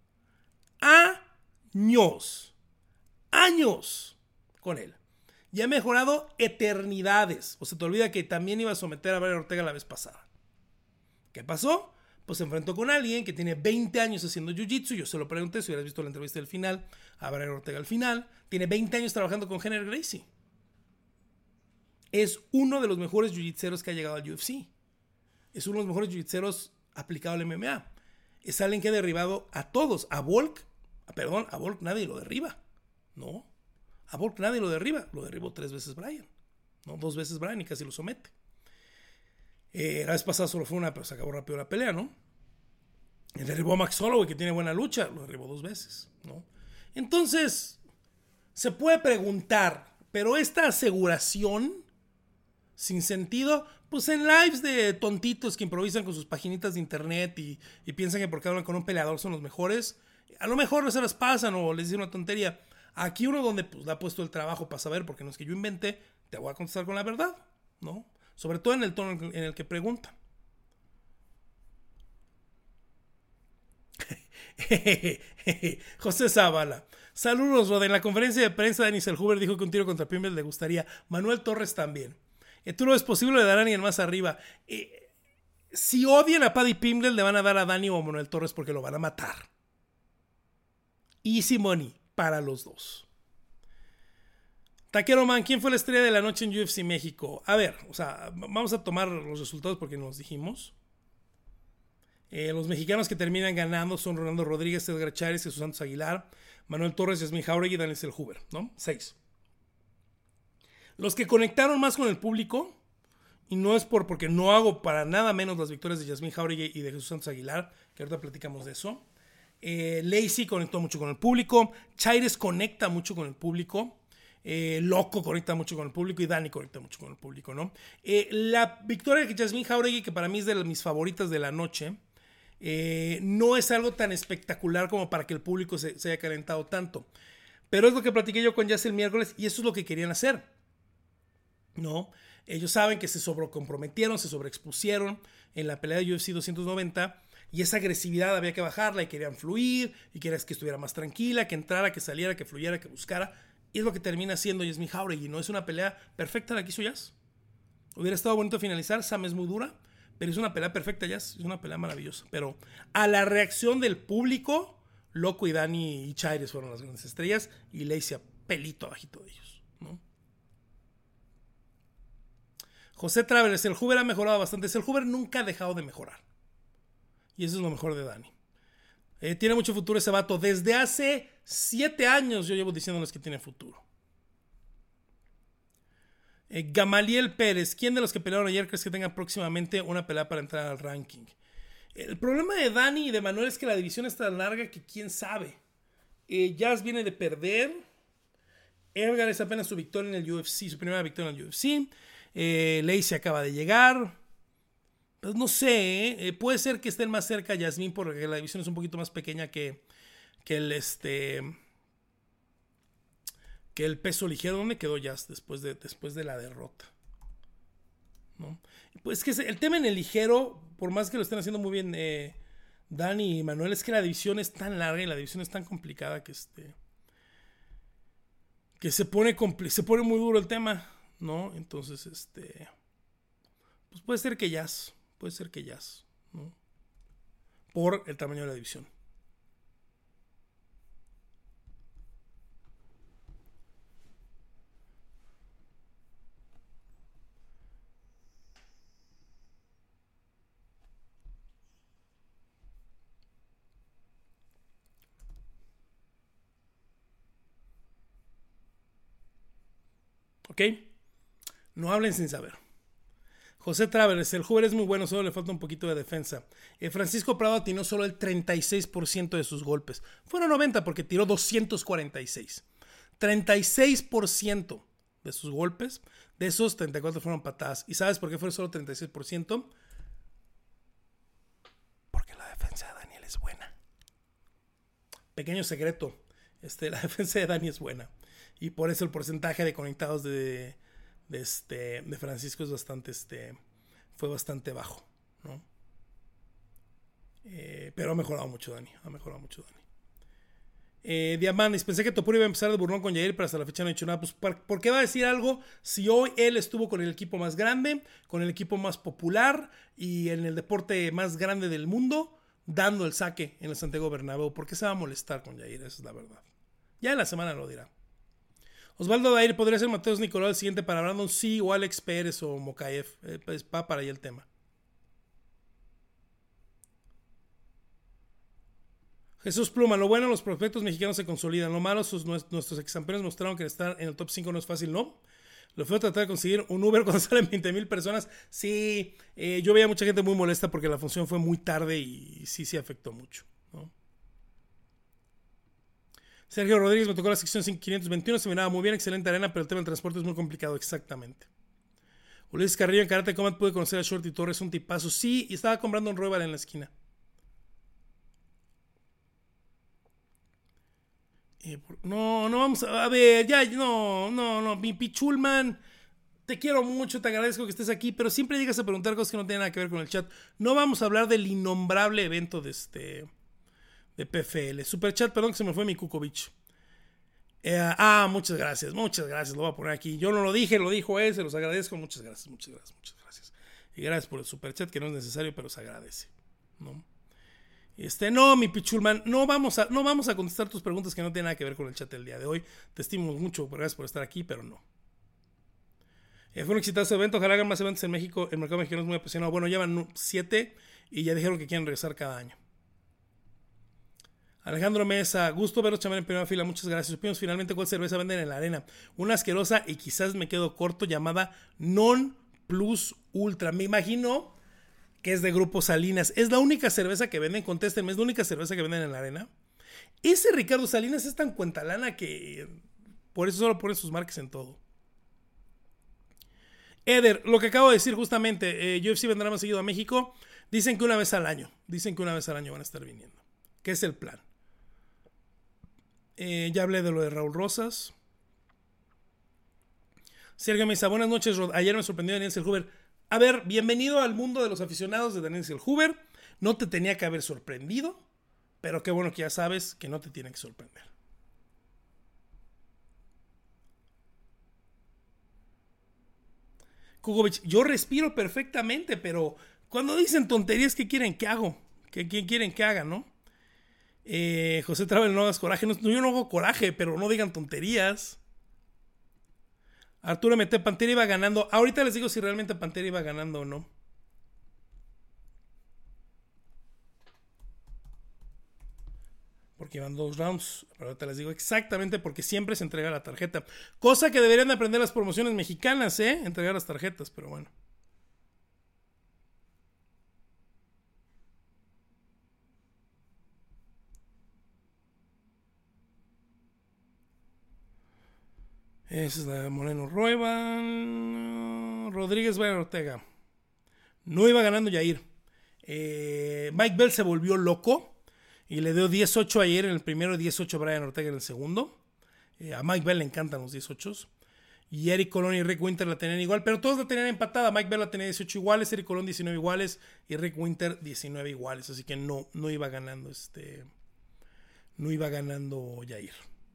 años, años con él. Y ha mejorado eternidades. O se te olvida que también iba a someter a Brian Ortega la vez pasada. ¿Qué pasó? Pues se enfrentó con alguien que tiene veinte años haciendo jiu-jitsu. Yo se lo pregunté si hubieras visto la entrevista del final, a Brian Ortega al final. Tiene veinte años trabajando con Rener Gracie. Es uno de los mejores jiu-jitseros que ha llegado al U F C. Es uno de los mejores jiu-jitseros aplicado al M M A. Es alguien que ha derribado a todos. A Volk, perdón, a Volk nadie lo derriba. No. A Volk nadie lo derriba. Lo derribó tres veces Brian. No, dos veces Brian y casi lo somete. Eh, la vez pasada solo fue una, pero se acabó rápido la pelea, ¿no? El derribó a Max Holloway, que tiene buena lucha, lo derribó dos veces, ¿no? Entonces, se puede preguntar, pero esta aseguración sin sentido, pues en lives de tontitos que improvisan con sus paginitas de internet y, y piensan que porque hablan con un peleador son los mejores, a lo mejor se las pasan o les dicen una tontería. Aquí uno donde pues, le ha puesto el trabajo para saber, porque no es que yo invente, te voy a contestar con la verdad, ¿no? Sobre todo en el tono en el que preguntan. José Zavala. Saludos, Rod. En la conferencia de prensa, Denis Elhuber dijo que un tiro contra Pimble le gustaría. Manuel Torres también. Eh, ¿Tú lo ves posible? Le darán y el más arriba. Eh, si odian a Paddy Pimble, le van a dar a Dani o a Manuel Torres porque lo van a matar. Easy money para los dos. Taquero Man, ¿quién fue la estrella de la noche en U F C México? A ver, o sea, vamos a tomar los resultados porque nos dijimos. Eh, los mexicanos que terminan ganando son Rolando Rodríguez, Edgar Chávez, Jesús Santos Aguilar, Manuel Torres, Yasmín Jauregui y Daniel Elhuber, ¿no? Seis. Los que conectaron más con el público, y no es por porque no hago para nada menos las victorias de Yasmín Jauregui y de Jesús Santos Aguilar, que ahorita platicamos de eso. Eh, Lacey conectó mucho con el público, Chaires conecta mucho con el público. Eh, Loco conecta mucho con el público y Dani conecta mucho con el público, ¿no? Eh, la victoria de Yasmín Jauregui, que para mí es de mis favoritas de la noche, eh, no es algo tan espectacular como para que el público se, se haya calentado tanto, pero es lo que platiqué yo con Jazz el miércoles y eso es lo que querían hacer, ¿no? Ellos saben que se sobrecomprometieron, se sobreexpusieron en la pelea de U F C doscientos noventa y esa agresividad había que bajarla y querían fluir y querían que estuviera más tranquila, que entrara, que saliera, que fluyera, que buscara. Y es lo que termina siendo Yasmín Jauregui. No es una pelea perfecta la que hizo Jazz. Hubiera estado bonito finalizar. Sam es muy dura, pero es una pelea perfecta, Jazz. Es una pelea maravillosa. Pero a la reacción del público, Loco y Dani y Chaires fueron las grandes estrellas. Y Lacey a pelito abajito de ellos, ¿no? José Travelers, el Huber ha mejorado bastante. El Huber nunca ha dejado de mejorar. Y eso es lo mejor de Dani. Eh, tiene mucho futuro ese vato. Desde hace siete años yo llevo diciéndoles que tiene futuro. Eh, Gamaliel Pérez. ¿Quién de los que pelearon ayer crees que tenga próximamente una pelea para entrar al ranking? El problema de Dani y de Manuel es que la división es tan larga que quién sabe. Eh, Jazz viene de perder. Edgar es apenas su victoria en el U F C. Su primera victoria en el U F C. Eh, Lacey acaba de llegar. Pues no sé, ¿eh? Puede ser que estén más cerca Yasmín porque la división es un poquito más pequeña que, que el este que el peso ligero. ¿Dónde quedó Jazz después de, después de la derrota? ¿No? Pues que el tema en el ligero, por más que lo estén haciendo muy bien eh, Dani y Manuel, es que la división es tan larga y la división es tan complicada que este que se pone compli- se pone muy duro el tema, ¿no? Entonces, este pues puede ser que Jazz Puede ser que Jazz, ¿no? Por el tamaño de la división. ¿Ok? No hablen sin saber. José Travers, el Hoover es muy bueno, solo le falta un poquito de defensa. Eh, Francisco Prado atinó solo el treinta y seis por ciento de sus golpes. Fueron noventa porque tiró doscientos cuarenta y seis. treinta y seis por ciento de sus golpes, de esos treinta y cuatro fueron patadas. ¿Y sabes por qué fue solo treinta y seis por ciento? Porque la defensa de Daniel es buena. Pequeño secreto, este, la defensa de Dani es buena. Y por eso el porcentaje de conectados de, de, este, de Francisco es bastante, este, fue bastante bajo, ¿no? Eh, pero ha mejorado mucho Dani, ha mejorado mucho Dani. Eh, Diamandis, pensé que Topuria iba a empezar de burlón con Yair, pero hasta la fecha no ha dicho nada. Pues, ¿por qué va a decir algo si hoy él estuvo con el equipo más grande, con el equipo más popular y en el deporte más grande del mundo, dando el saque en el Santiago Bernabéu? ¿Por qué se va a molestar con Yair? Esa es la verdad. Ya en la semana lo dirá. Osvaldo Dair, ¿podría ser Mateus Nicolau el siguiente para Brandon? Sí, o Alex Pérez o Mokaev. Eh, pues va para ahí el tema. Jesús Pluma, lo bueno, los prospectos mexicanos se consolidan. Lo malo, sus, nuestros ex campeones mostraron que estar en el top cinco no es fácil, ¿no? Lo feo tratar de conseguir un Uber cuando salen veinte mil personas. Sí, eh, yo veía mucha gente muy molesta porque la función fue muy tarde y sí, sí afectó mucho, ¿no? Sergio Rodríguez, me tocó la sección quinientos veintiuno, se miraba muy bien, excelente arena, pero el tema del transporte es muy complicado, exactamente. Ulises Carrillo, en Karate Combat pude conocer a Shorty Torres, un tipazo. Sí, y estaba comprando un Royal en la esquina. Eh, no, no vamos a, a ver, ya, no, no, no, mi Pichulman, te quiero mucho, te agradezco que estés aquí, pero siempre llegas a preguntar cosas que no tienen nada que ver con el chat. No vamos a hablar del innombrable evento de este, de P F L. Superchat, perdón que se me fue mi Kukovic. Eh, ah, muchas gracias, muchas gracias, lo voy a poner aquí. Yo no lo dije, lo dijo él, se los agradezco, muchas gracias, muchas gracias, muchas gracias. Y gracias por el superchat, que no es necesario, pero se agradece, ¿no? Este, no, mi Pichulman, no vamos, a, no vamos a contestar tus preguntas que no tienen nada que ver con el chat del día de hoy. Te estimo mucho, gracias por estar aquí, pero no. Eh, fue un exitoso evento, ojalá hagan más eventos en México. El mercado mexicano es muy apasionado. Bueno, llevan siete y ya dijeron que quieren regresar cada año. Alejandro Mesa, gusto verlos chamar en primera fila, muchas gracias. Supimos finalmente cuál cerveza venden en la arena. Una asquerosa y quizás me quedo corto llamada Non Plus Ultra. Me imagino que es de Grupo Salinas. Es la única cerveza que venden, contéstenme, es la única cerveza que venden en la arena. Ese Ricardo Salinas es tan cuentalana que por eso solo pone sus marcas en todo. Eder, lo que acabo de decir justamente, eh, U F C vendrá más seguido a México. Dicen que una vez al año, dicen que una vez al año van a estar viniendo. ¿Qué es el plan? Eh, ya hablé de lo de Raúl Rosas. Sergio Mesa, buenas noches, Rod. Ayer me sorprendió Daniel Selhuber. A ver, bienvenido al mundo de los aficionados de Daniel Selhuber. No te tenía que haber sorprendido, pero qué bueno que ya sabes que no te tiene que sorprender. Kukovic, yo respiro perfectamente, pero cuando dicen tonterías, ¿qué quieren que hago? ¿Qué, qué quieren que haga, no? Eh, José Travel, no hagas coraje. No, yo no hago coraje, pero no digan tonterías. Arturo M T, Pantera iba ganando. Ahorita les digo si realmente Pantera iba ganando o no. Porque iban dos rounds. Pero ahorita les digo exactamente porque siempre se entrega la tarjeta. Cosa que deberían de aprender las promociones mexicanas, ¿eh? Entregar las tarjetas, pero bueno. Esa es la de Moreno Roiban. Rodríguez Brian Ortega. No iba ganando Yair. Eh, Mike Bell se volvió loco y le dio diez ocho ayer en el primero y diez ocho a Brian Ortega en el segundo. Eh, a Mike Bell le encantan los diez ocho. Y Eric Colón y Rick Winter la tenían igual, pero todos la tenían empatada. Mike Bell la tenía dieciocho iguales, Eric Colón diecinueve iguales y Rick Winter diecinueve iguales. Así que no, no iba ganando este. No iba ganando Yair.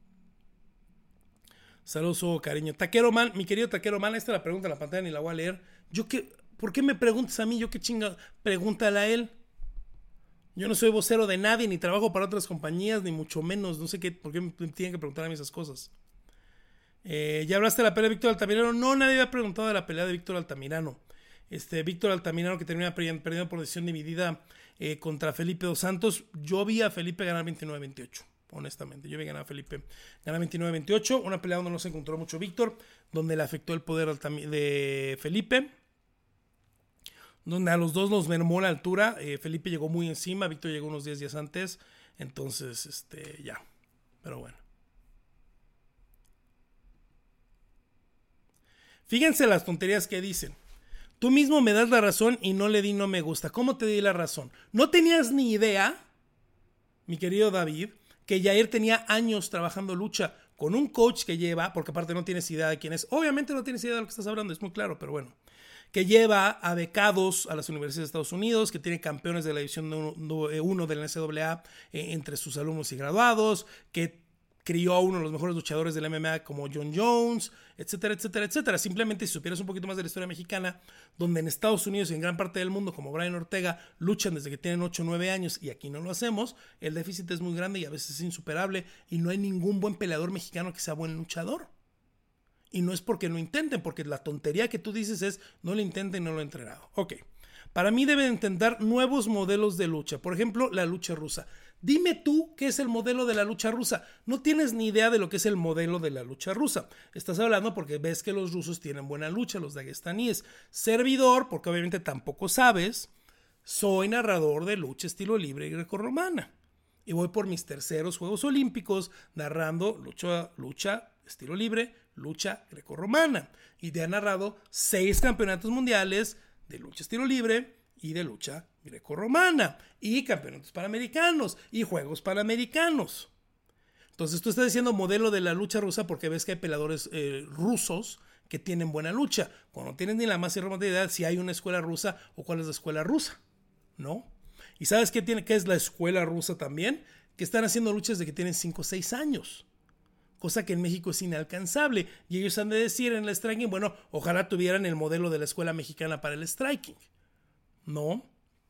Saludos, oh, cariño. Taquero Man, mi querido Taquero Man, esta es la pregunta en la pantalla, ni la voy a leer. Yo qué, ¿por qué me preguntas a mí? Yo qué chinga, pregúntale a él. Yo no soy vocero de nadie, ni trabajo para otras compañías, ni mucho menos. No sé qué, por qué me tienen que preguntar a mí esas cosas. Eh, ¿Ya hablaste de la pelea de Víctor Altamirano? No, nadie había preguntado de la pelea de Víctor Altamirano. Este, Víctor Altamirano que termina perdiendo por decisión dividida eh, contra Felipe Dos Santos. Yo vi a Felipe ganar veintinueve a veintiocho. honestamente. Yo vi ganar a Felipe. Gana veintinueve veintiocho, una pelea donde no se encontró mucho Víctor, donde le afectó el poder de Felipe, donde a los dos nos mermó la altura. eh, Felipe llegó muy encima, Víctor llegó unos diez días antes, entonces este ya, pero bueno. Fíjense las tonterías que dicen. Tú mismo me das la razón y no le di no me gusta. ¿Cómo te di la razón? No tenías ni idea, mi querido David, que Yair tenía años trabajando lucha con un coach que lleva, porque aparte no tienes idea de quién es. Obviamente no tienes idea de lo que estás hablando, es muy claro, pero bueno. Que lleva a becados a las universidades de Estados Unidos, que tiene campeones de la división uno de la N C A A eh, entre sus alumnos y graduados, que crió a uno de los mejores luchadores del M M A como John Jones, etcétera, etcétera, etcétera. Simplemente si supieras un poquito más de la historia mexicana, donde en Estados Unidos y en gran parte del mundo, como Brian Ortega, luchan desde que tienen ocho o nueve años y aquí no lo hacemos, el déficit es muy grande y a veces es insuperable y no hay ningún buen peleador mexicano que sea buen luchador. Y no es porque no intenten, porque la tontería que tú dices es no lo intenten y no lo he entrenado. Ok, para mí deben intentar nuevos modelos de lucha. Por ejemplo, la lucha rusa. Dime tú qué es el modelo de la lucha rusa. No tienes ni idea de lo que es el modelo de la lucha rusa. Estás hablando porque ves que los rusos tienen buena lucha, los dagestaníes. Servidor, porque obviamente tampoco sabes, soy narrador de lucha estilo libre y grecorromana. Y voy por mis terceros Juegos Olímpicos narrando lucha, lucha estilo libre, lucha grecorromana. Y te he narrado seis campeonatos mundiales de lucha estilo libre y de lucha grecorromana, y campeonatos panamericanos, y juegos panamericanos. Entonces tú estás diciendo modelo de la lucha rusa porque ves que hay peleadores eh, rusos que tienen buena lucha, cuando no tienes ni la más remota idea si hay una escuela rusa o cuál es la escuela rusa, ¿no? ¿Y sabes qué, tiene, qué es la escuela rusa también? Que están haciendo luchas de que tienen cinco o seis años. Cosa que en México es inalcanzable. Y ellos han de decir en el striking, bueno, ojalá tuvieran el modelo de la escuela mexicana para el striking. ¿No?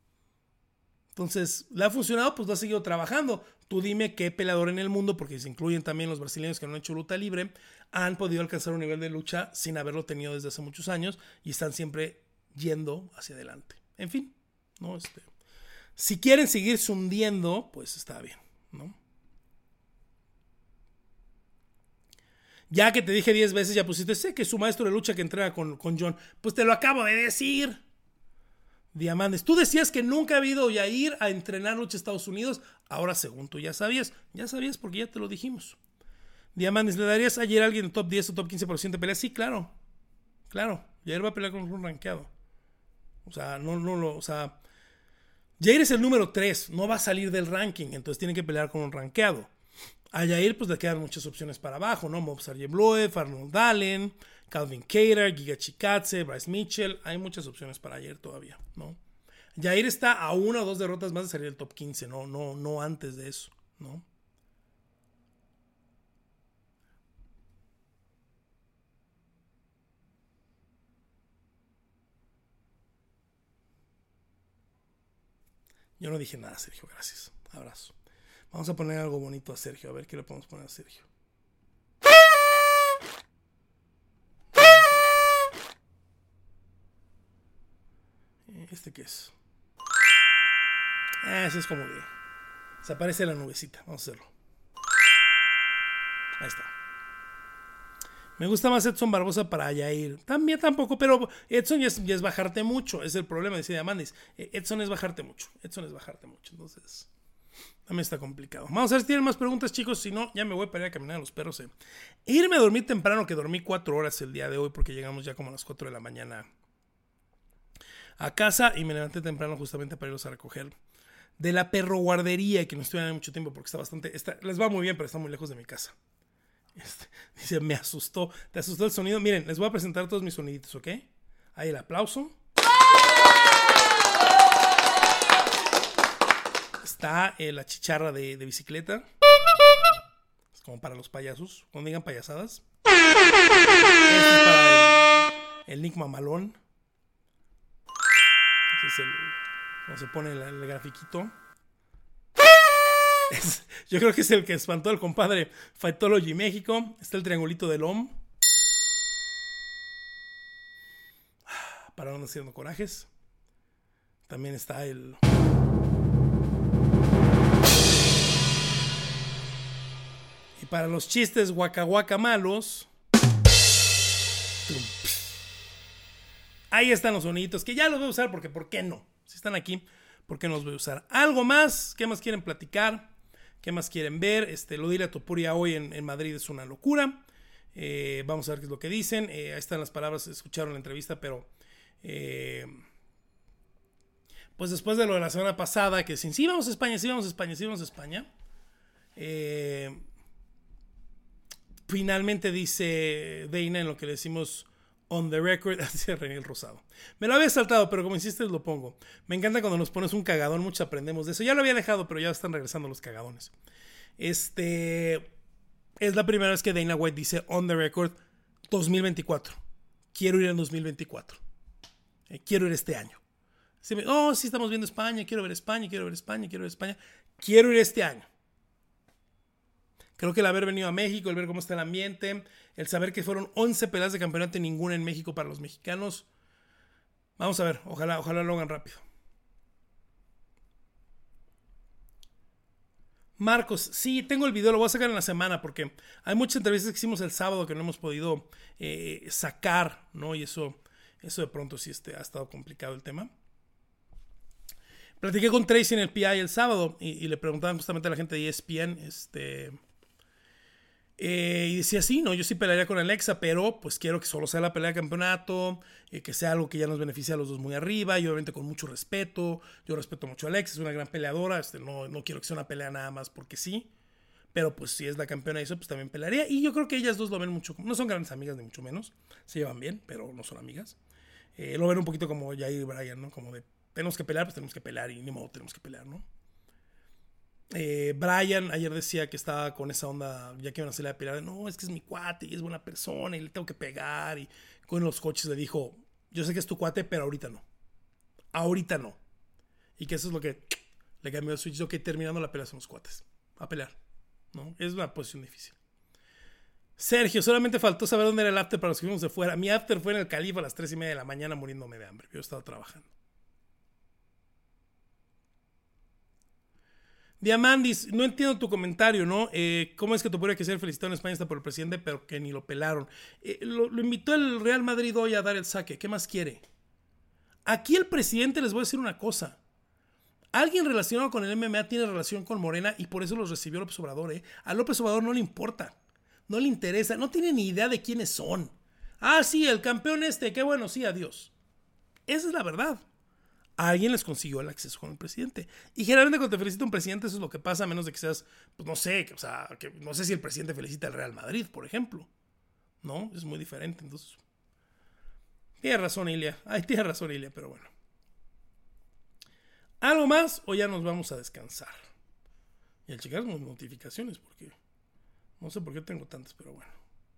Entonces, ¿le ha funcionado? Pues lo ha seguido trabajando. Tú dime qué peleador en el mundo, porque se incluyen también los brasileños que no han hecho lucha libre, han podido alcanzar un nivel de lucha sin haberlo tenido desde hace muchos años y están siempre yendo hacia adelante. En fin, ¿no? Este, si quieren seguirse hundiendo, pues está bien, ¿no? Ya que te dije diez veces, ya pusiste, sé que es su maestro de lucha que entrena con, con John. Pues te lo acabo de decir. Diamantes, tú decías que nunca ha habido Yair a entrenar lucha a Estados Unidos. Ahora, según tú ya sabías. Ya sabías porque ya te lo dijimos. Diamantes, ¿le darías a Yair a alguien en top diez o top quince por ciento de peleas? Sí, claro. Claro. Yair va a pelear con un rankeado. O sea, no, no lo. O sea, Yair es el número tres. No va a salir del ranking. Entonces tiene que pelear con un rankeado. A Yair, pues le quedan muchas opciones para abajo, ¿no? Movsar Yebloev, Arnold Allen, Calvin Kattar, Giga Chikadze, Bryce Mitchell. Hay muchas opciones para Yair todavía, ¿no? Yair está a una o dos derrotas más de salir del top quince, no, no, no antes de eso, ¿no? Yo no dije nada, Sergio, gracias. Abrazo. Vamos a poner algo bonito a Sergio, a ver qué le podemos poner a Sergio. ¿Este qué es? Ah, ese es como que se aparece la nubecita. Vamos a hacerlo. Ahí está. Me gusta más Edson Barbosa para Yair. También tampoco, pero Edson ya es, ya es bajarte mucho. Es el problema, decía Diamandis. Edson es bajarte mucho. Edson es bajarte mucho. Entonces, también está complicado. Vamos a ver si tienen más preguntas, chicos. Si no, ya me voy para ir a caminar a los perros. Eh. E irme a dormir temprano, que dormí cuatro horas el día de hoy, porque llegamos ya como a las cuatro de la mañana a casa y me levanté temprano justamente para irlos a recoger de la perro guardería, que no estuvieran mucho tiempo porque está bastante, está, les va muy bien, pero está muy lejos de mi casa. Este, dice, me asustó, ¿te asustó el sonido? Miren, les voy a presentar todos mis soniditos, ¿ok? Ahí el aplauso. Está eh, la chicharra de, de bicicleta. Es como para los payasos, cuando digan payasadas. Este es para el, el Nick Mamalón. Ese es el, cuando se pone el, el grafiquito. Es, yo creo que es el que espantó al compadre Fightology México. Está el triangulito del O M. Para no haciendo corajes. También está el Y para los chistes guaca guaca malos, ahí están los soniditos, que ya los voy a usar porque ¿por qué no? Si están aquí, ¿por qué no los voy a usar? ¿Algo más? ¿Qué más quieren platicar? ¿Qué más quieren ver? Este, lo de a Topuria hoy en, en Madrid es una locura. Eh, vamos a ver qué es lo que dicen. Eh, ahí están las palabras, escucharon la entrevista, pero eh, pues después de lo de la semana pasada, que dicen, sí vamos a España, sí vamos a España, sí vamos a España. Eh, finalmente dice Dana en lo que le decimos on the record, dice René el Rosado. Me lo había saltado, pero como insistes lo pongo. Me encanta cuando nos pones un cagadón, mucho aprendemos de eso. Ya lo había dejado, pero ya están regresando los cagadones. Este... Es la primera vez que Dana White dice on the record dos mil veinticuatro. Quiero ir en dos mil veinticuatro. Eh, quiero ir este año. Si me, oh, sí estamos viendo España. Quiero ver España, quiero ver España, quiero ver España. Quiero ir este año. Creo que el haber venido a México, el ver cómo está el ambiente, el saber que fueron once peleas de campeonato y ninguna en México para los mexicanos. Vamos a ver, ojalá, ojalá lo hagan rápido. Marcos, sí, tengo el video, lo voy a sacar en la semana porque hay muchas entrevistas que hicimos el sábado que no hemos podido eh, sacar, ¿no? Y eso, eso de pronto sí este, ha estado complicado el tema. Platiqué con Tracy en el P I el sábado y, y le preguntaban justamente a la gente de E S P N, este... Eh, y decía, sí, no, yo sí pelearía con Alexa, pero pues quiero que solo sea la pelea de campeonato, eh, que sea algo que ya nos beneficie a los dos muy arriba, y obviamente con mucho respeto. Yo respeto mucho a Alexa, es una gran peleadora, este, no, no quiero que sea una pelea nada más porque sí, pero pues si es la campeona y eso, pues también pelearía. Y yo creo que ellas dos lo ven mucho, no son grandes amigas ni mucho menos, se llevan bien, pero no son amigas. Eh, lo ven un poquito como Jair y Brian, ¿no? Como de, tenemos que pelear, pues tenemos que pelear y ni modo, tenemos que pelear, ¿no? Eh, Brian ayer decía que estaba con esa onda, ya que iban a hacer la pelea, de, no, es que es mi cuate y es buena persona y le tengo que pegar. Y con los coches le dijo, yo sé que es tu cuate, pero ahorita no. Ahorita no. Y que eso es lo que le cambió el switch. Ok, terminando la pelea son los cuates. A pelear, ¿no? Es una posición difícil. Sergio, solamente faltó saber dónde era el after para los que fuimos de fuera. Mi after fue en el Califa a las tres y media de la mañana muriéndome de hambre. Yo estaba trabajando. Diamandis, no entiendo tu comentario, ¿no? Eh, ¿Cómo es que Topuria que ser felicitado en España está por el presidente, pero que ni lo pelaron? Eh, lo, lo invitó el Real Madrid hoy a dar el saque. ¿Qué más quiere? Aquí el presidente, les voy a decir una cosa. Alguien relacionado con el M M A tiene relación con Morena y por eso los recibió López Obrador, ¿eh? A López Obrador no le importa. No le interesa. No tiene ni idea de quiénes son. Ah, sí, el campeón este. Qué bueno, sí, adiós. Esa es la verdad. A alguien les consiguió el acceso con el presidente. Y generalmente cuando te felicita un presidente, eso es lo que pasa, a menos de que seas, pues no sé, que, o sea, que no sé si el presidente felicita al Real Madrid, por ejemplo. No, es muy diferente. Entonces, tiene razón, Ilia. Ay, tiene razón, Ilia, pero bueno. ¿Algo más o ya nos vamos a descansar? Y al checar las notificaciones, porque no sé por qué tengo tantas, pero bueno.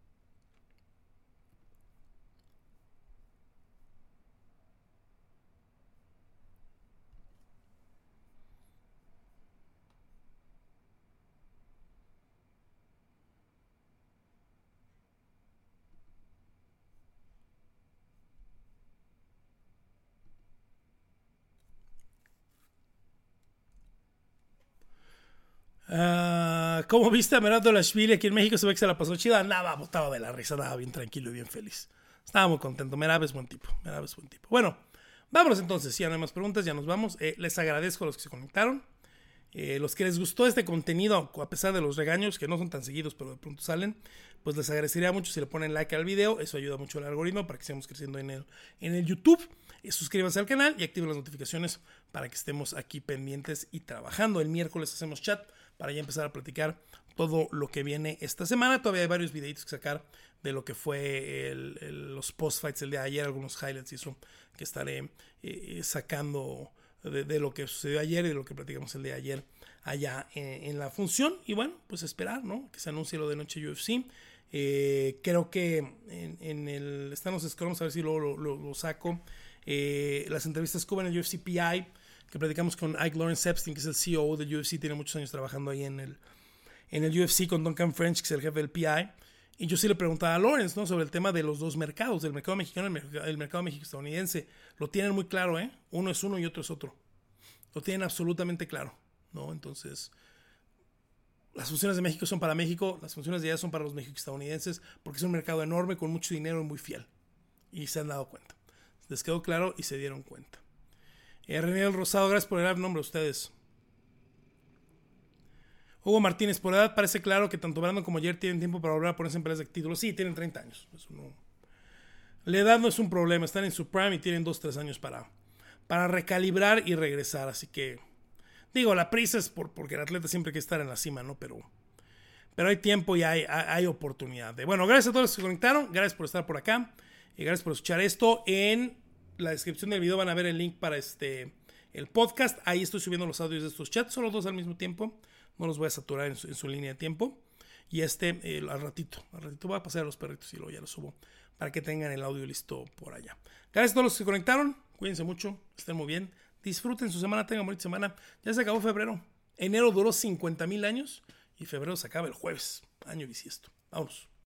Uh, ¿Cómo viste a Merab Dvalishvili aquí en México? Se ve que se la pasó chida. Andaba botado de la risa, andaba bien tranquilo y bien feliz. Estaba muy contento. Merab es buen tipo. Merab es buen tipo. Bueno, vámonos entonces. Si ya no hay más preguntas, ya nos vamos. Eh, les agradezco a los que se conectaron. Eh, los que les gustó este contenido, a pesar de los regaños, que no son tan seguidos, pero de pronto salen, pues les agradecería mucho si le ponen like al video. Eso ayuda mucho al algoritmo para que sigamos creciendo en el, en el YouTube. Eh, suscríbanse al canal y activen las notificaciones para que estemos aquí pendientes y trabajando. El miércoles hacemos chat para ya empezar a platicar todo lo que viene esta semana. Todavía hay varios videitos que sacar de lo que fue el, el, los post-fights el día de ayer, algunos highlights y eso que estaré eh, sacando de, de lo que sucedió ayer y de lo que platicamos el día de ayer allá en, en la función. Y bueno, pues esperar, ¿no? Que se anuncie lo de Noche U F C. Eh, creo que en, en el... Están los scrums, a ver si luego lo, lo, lo saco. Eh, las entrevistas que hubo en el U F C P I, que platicamos con Ike Lawrence Epstein, que es el C E O del U F C, tiene muchos años trabajando ahí en el, en el U F C con Duncan French, que es el jefe del P I. Y yo sí le preguntaba a Lawrence, ¿no? Sobre el tema de los dos mercados, del mercado mexicano y el, el mercado mexicano-estadounidense. Lo tienen muy claro, ¿eh? Uno es uno y otro es otro. Lo tienen absolutamente claro, ¿no? Entonces, las funciones de México son para México, las funciones de allá son para los mexico-estadounidenses, porque es un mercado enorme con mucho dinero y muy fiel. Y se han dado cuenta. Les quedó claro y se dieron cuenta. Eh, René del Rosado, gracias por el nombre a ustedes. Hugo Martínez, por edad parece claro que tanto Brandon como Jair tienen tiempo para volver a ponerse en peleas de títulos. Sí, tienen treinta años. Eso no... La edad no es un problema, están en su prime y tienen dos tres años para, para recalibrar y regresar. Así que, digo, la prisa es por, porque el atleta siempre quiere estar en la cima, ¿no? Pero, pero hay tiempo y hay, hay, hay oportunidad. De, bueno, gracias a todos los que se conectaron, gracias por estar por acá y gracias por escuchar esto. En la descripción del video van a ver el link para este, el podcast. Ahí estoy subiendo los audios de estos chats, solo dos al mismo tiempo. No los voy a saturar en su, en su línea de tiempo. Y este, eh, al ratito, al ratito voy a pasar a los perritos y luego ya lo subo para que tengan el audio listo por allá. Gracias a todos los que se conectaron. Cuídense mucho, estén muy bien. Disfruten su semana, tengan bonita semana. Ya se acabó febrero. Enero duró cincuenta mil años y febrero se acaba el jueves. Año bisiesto. Vámonos.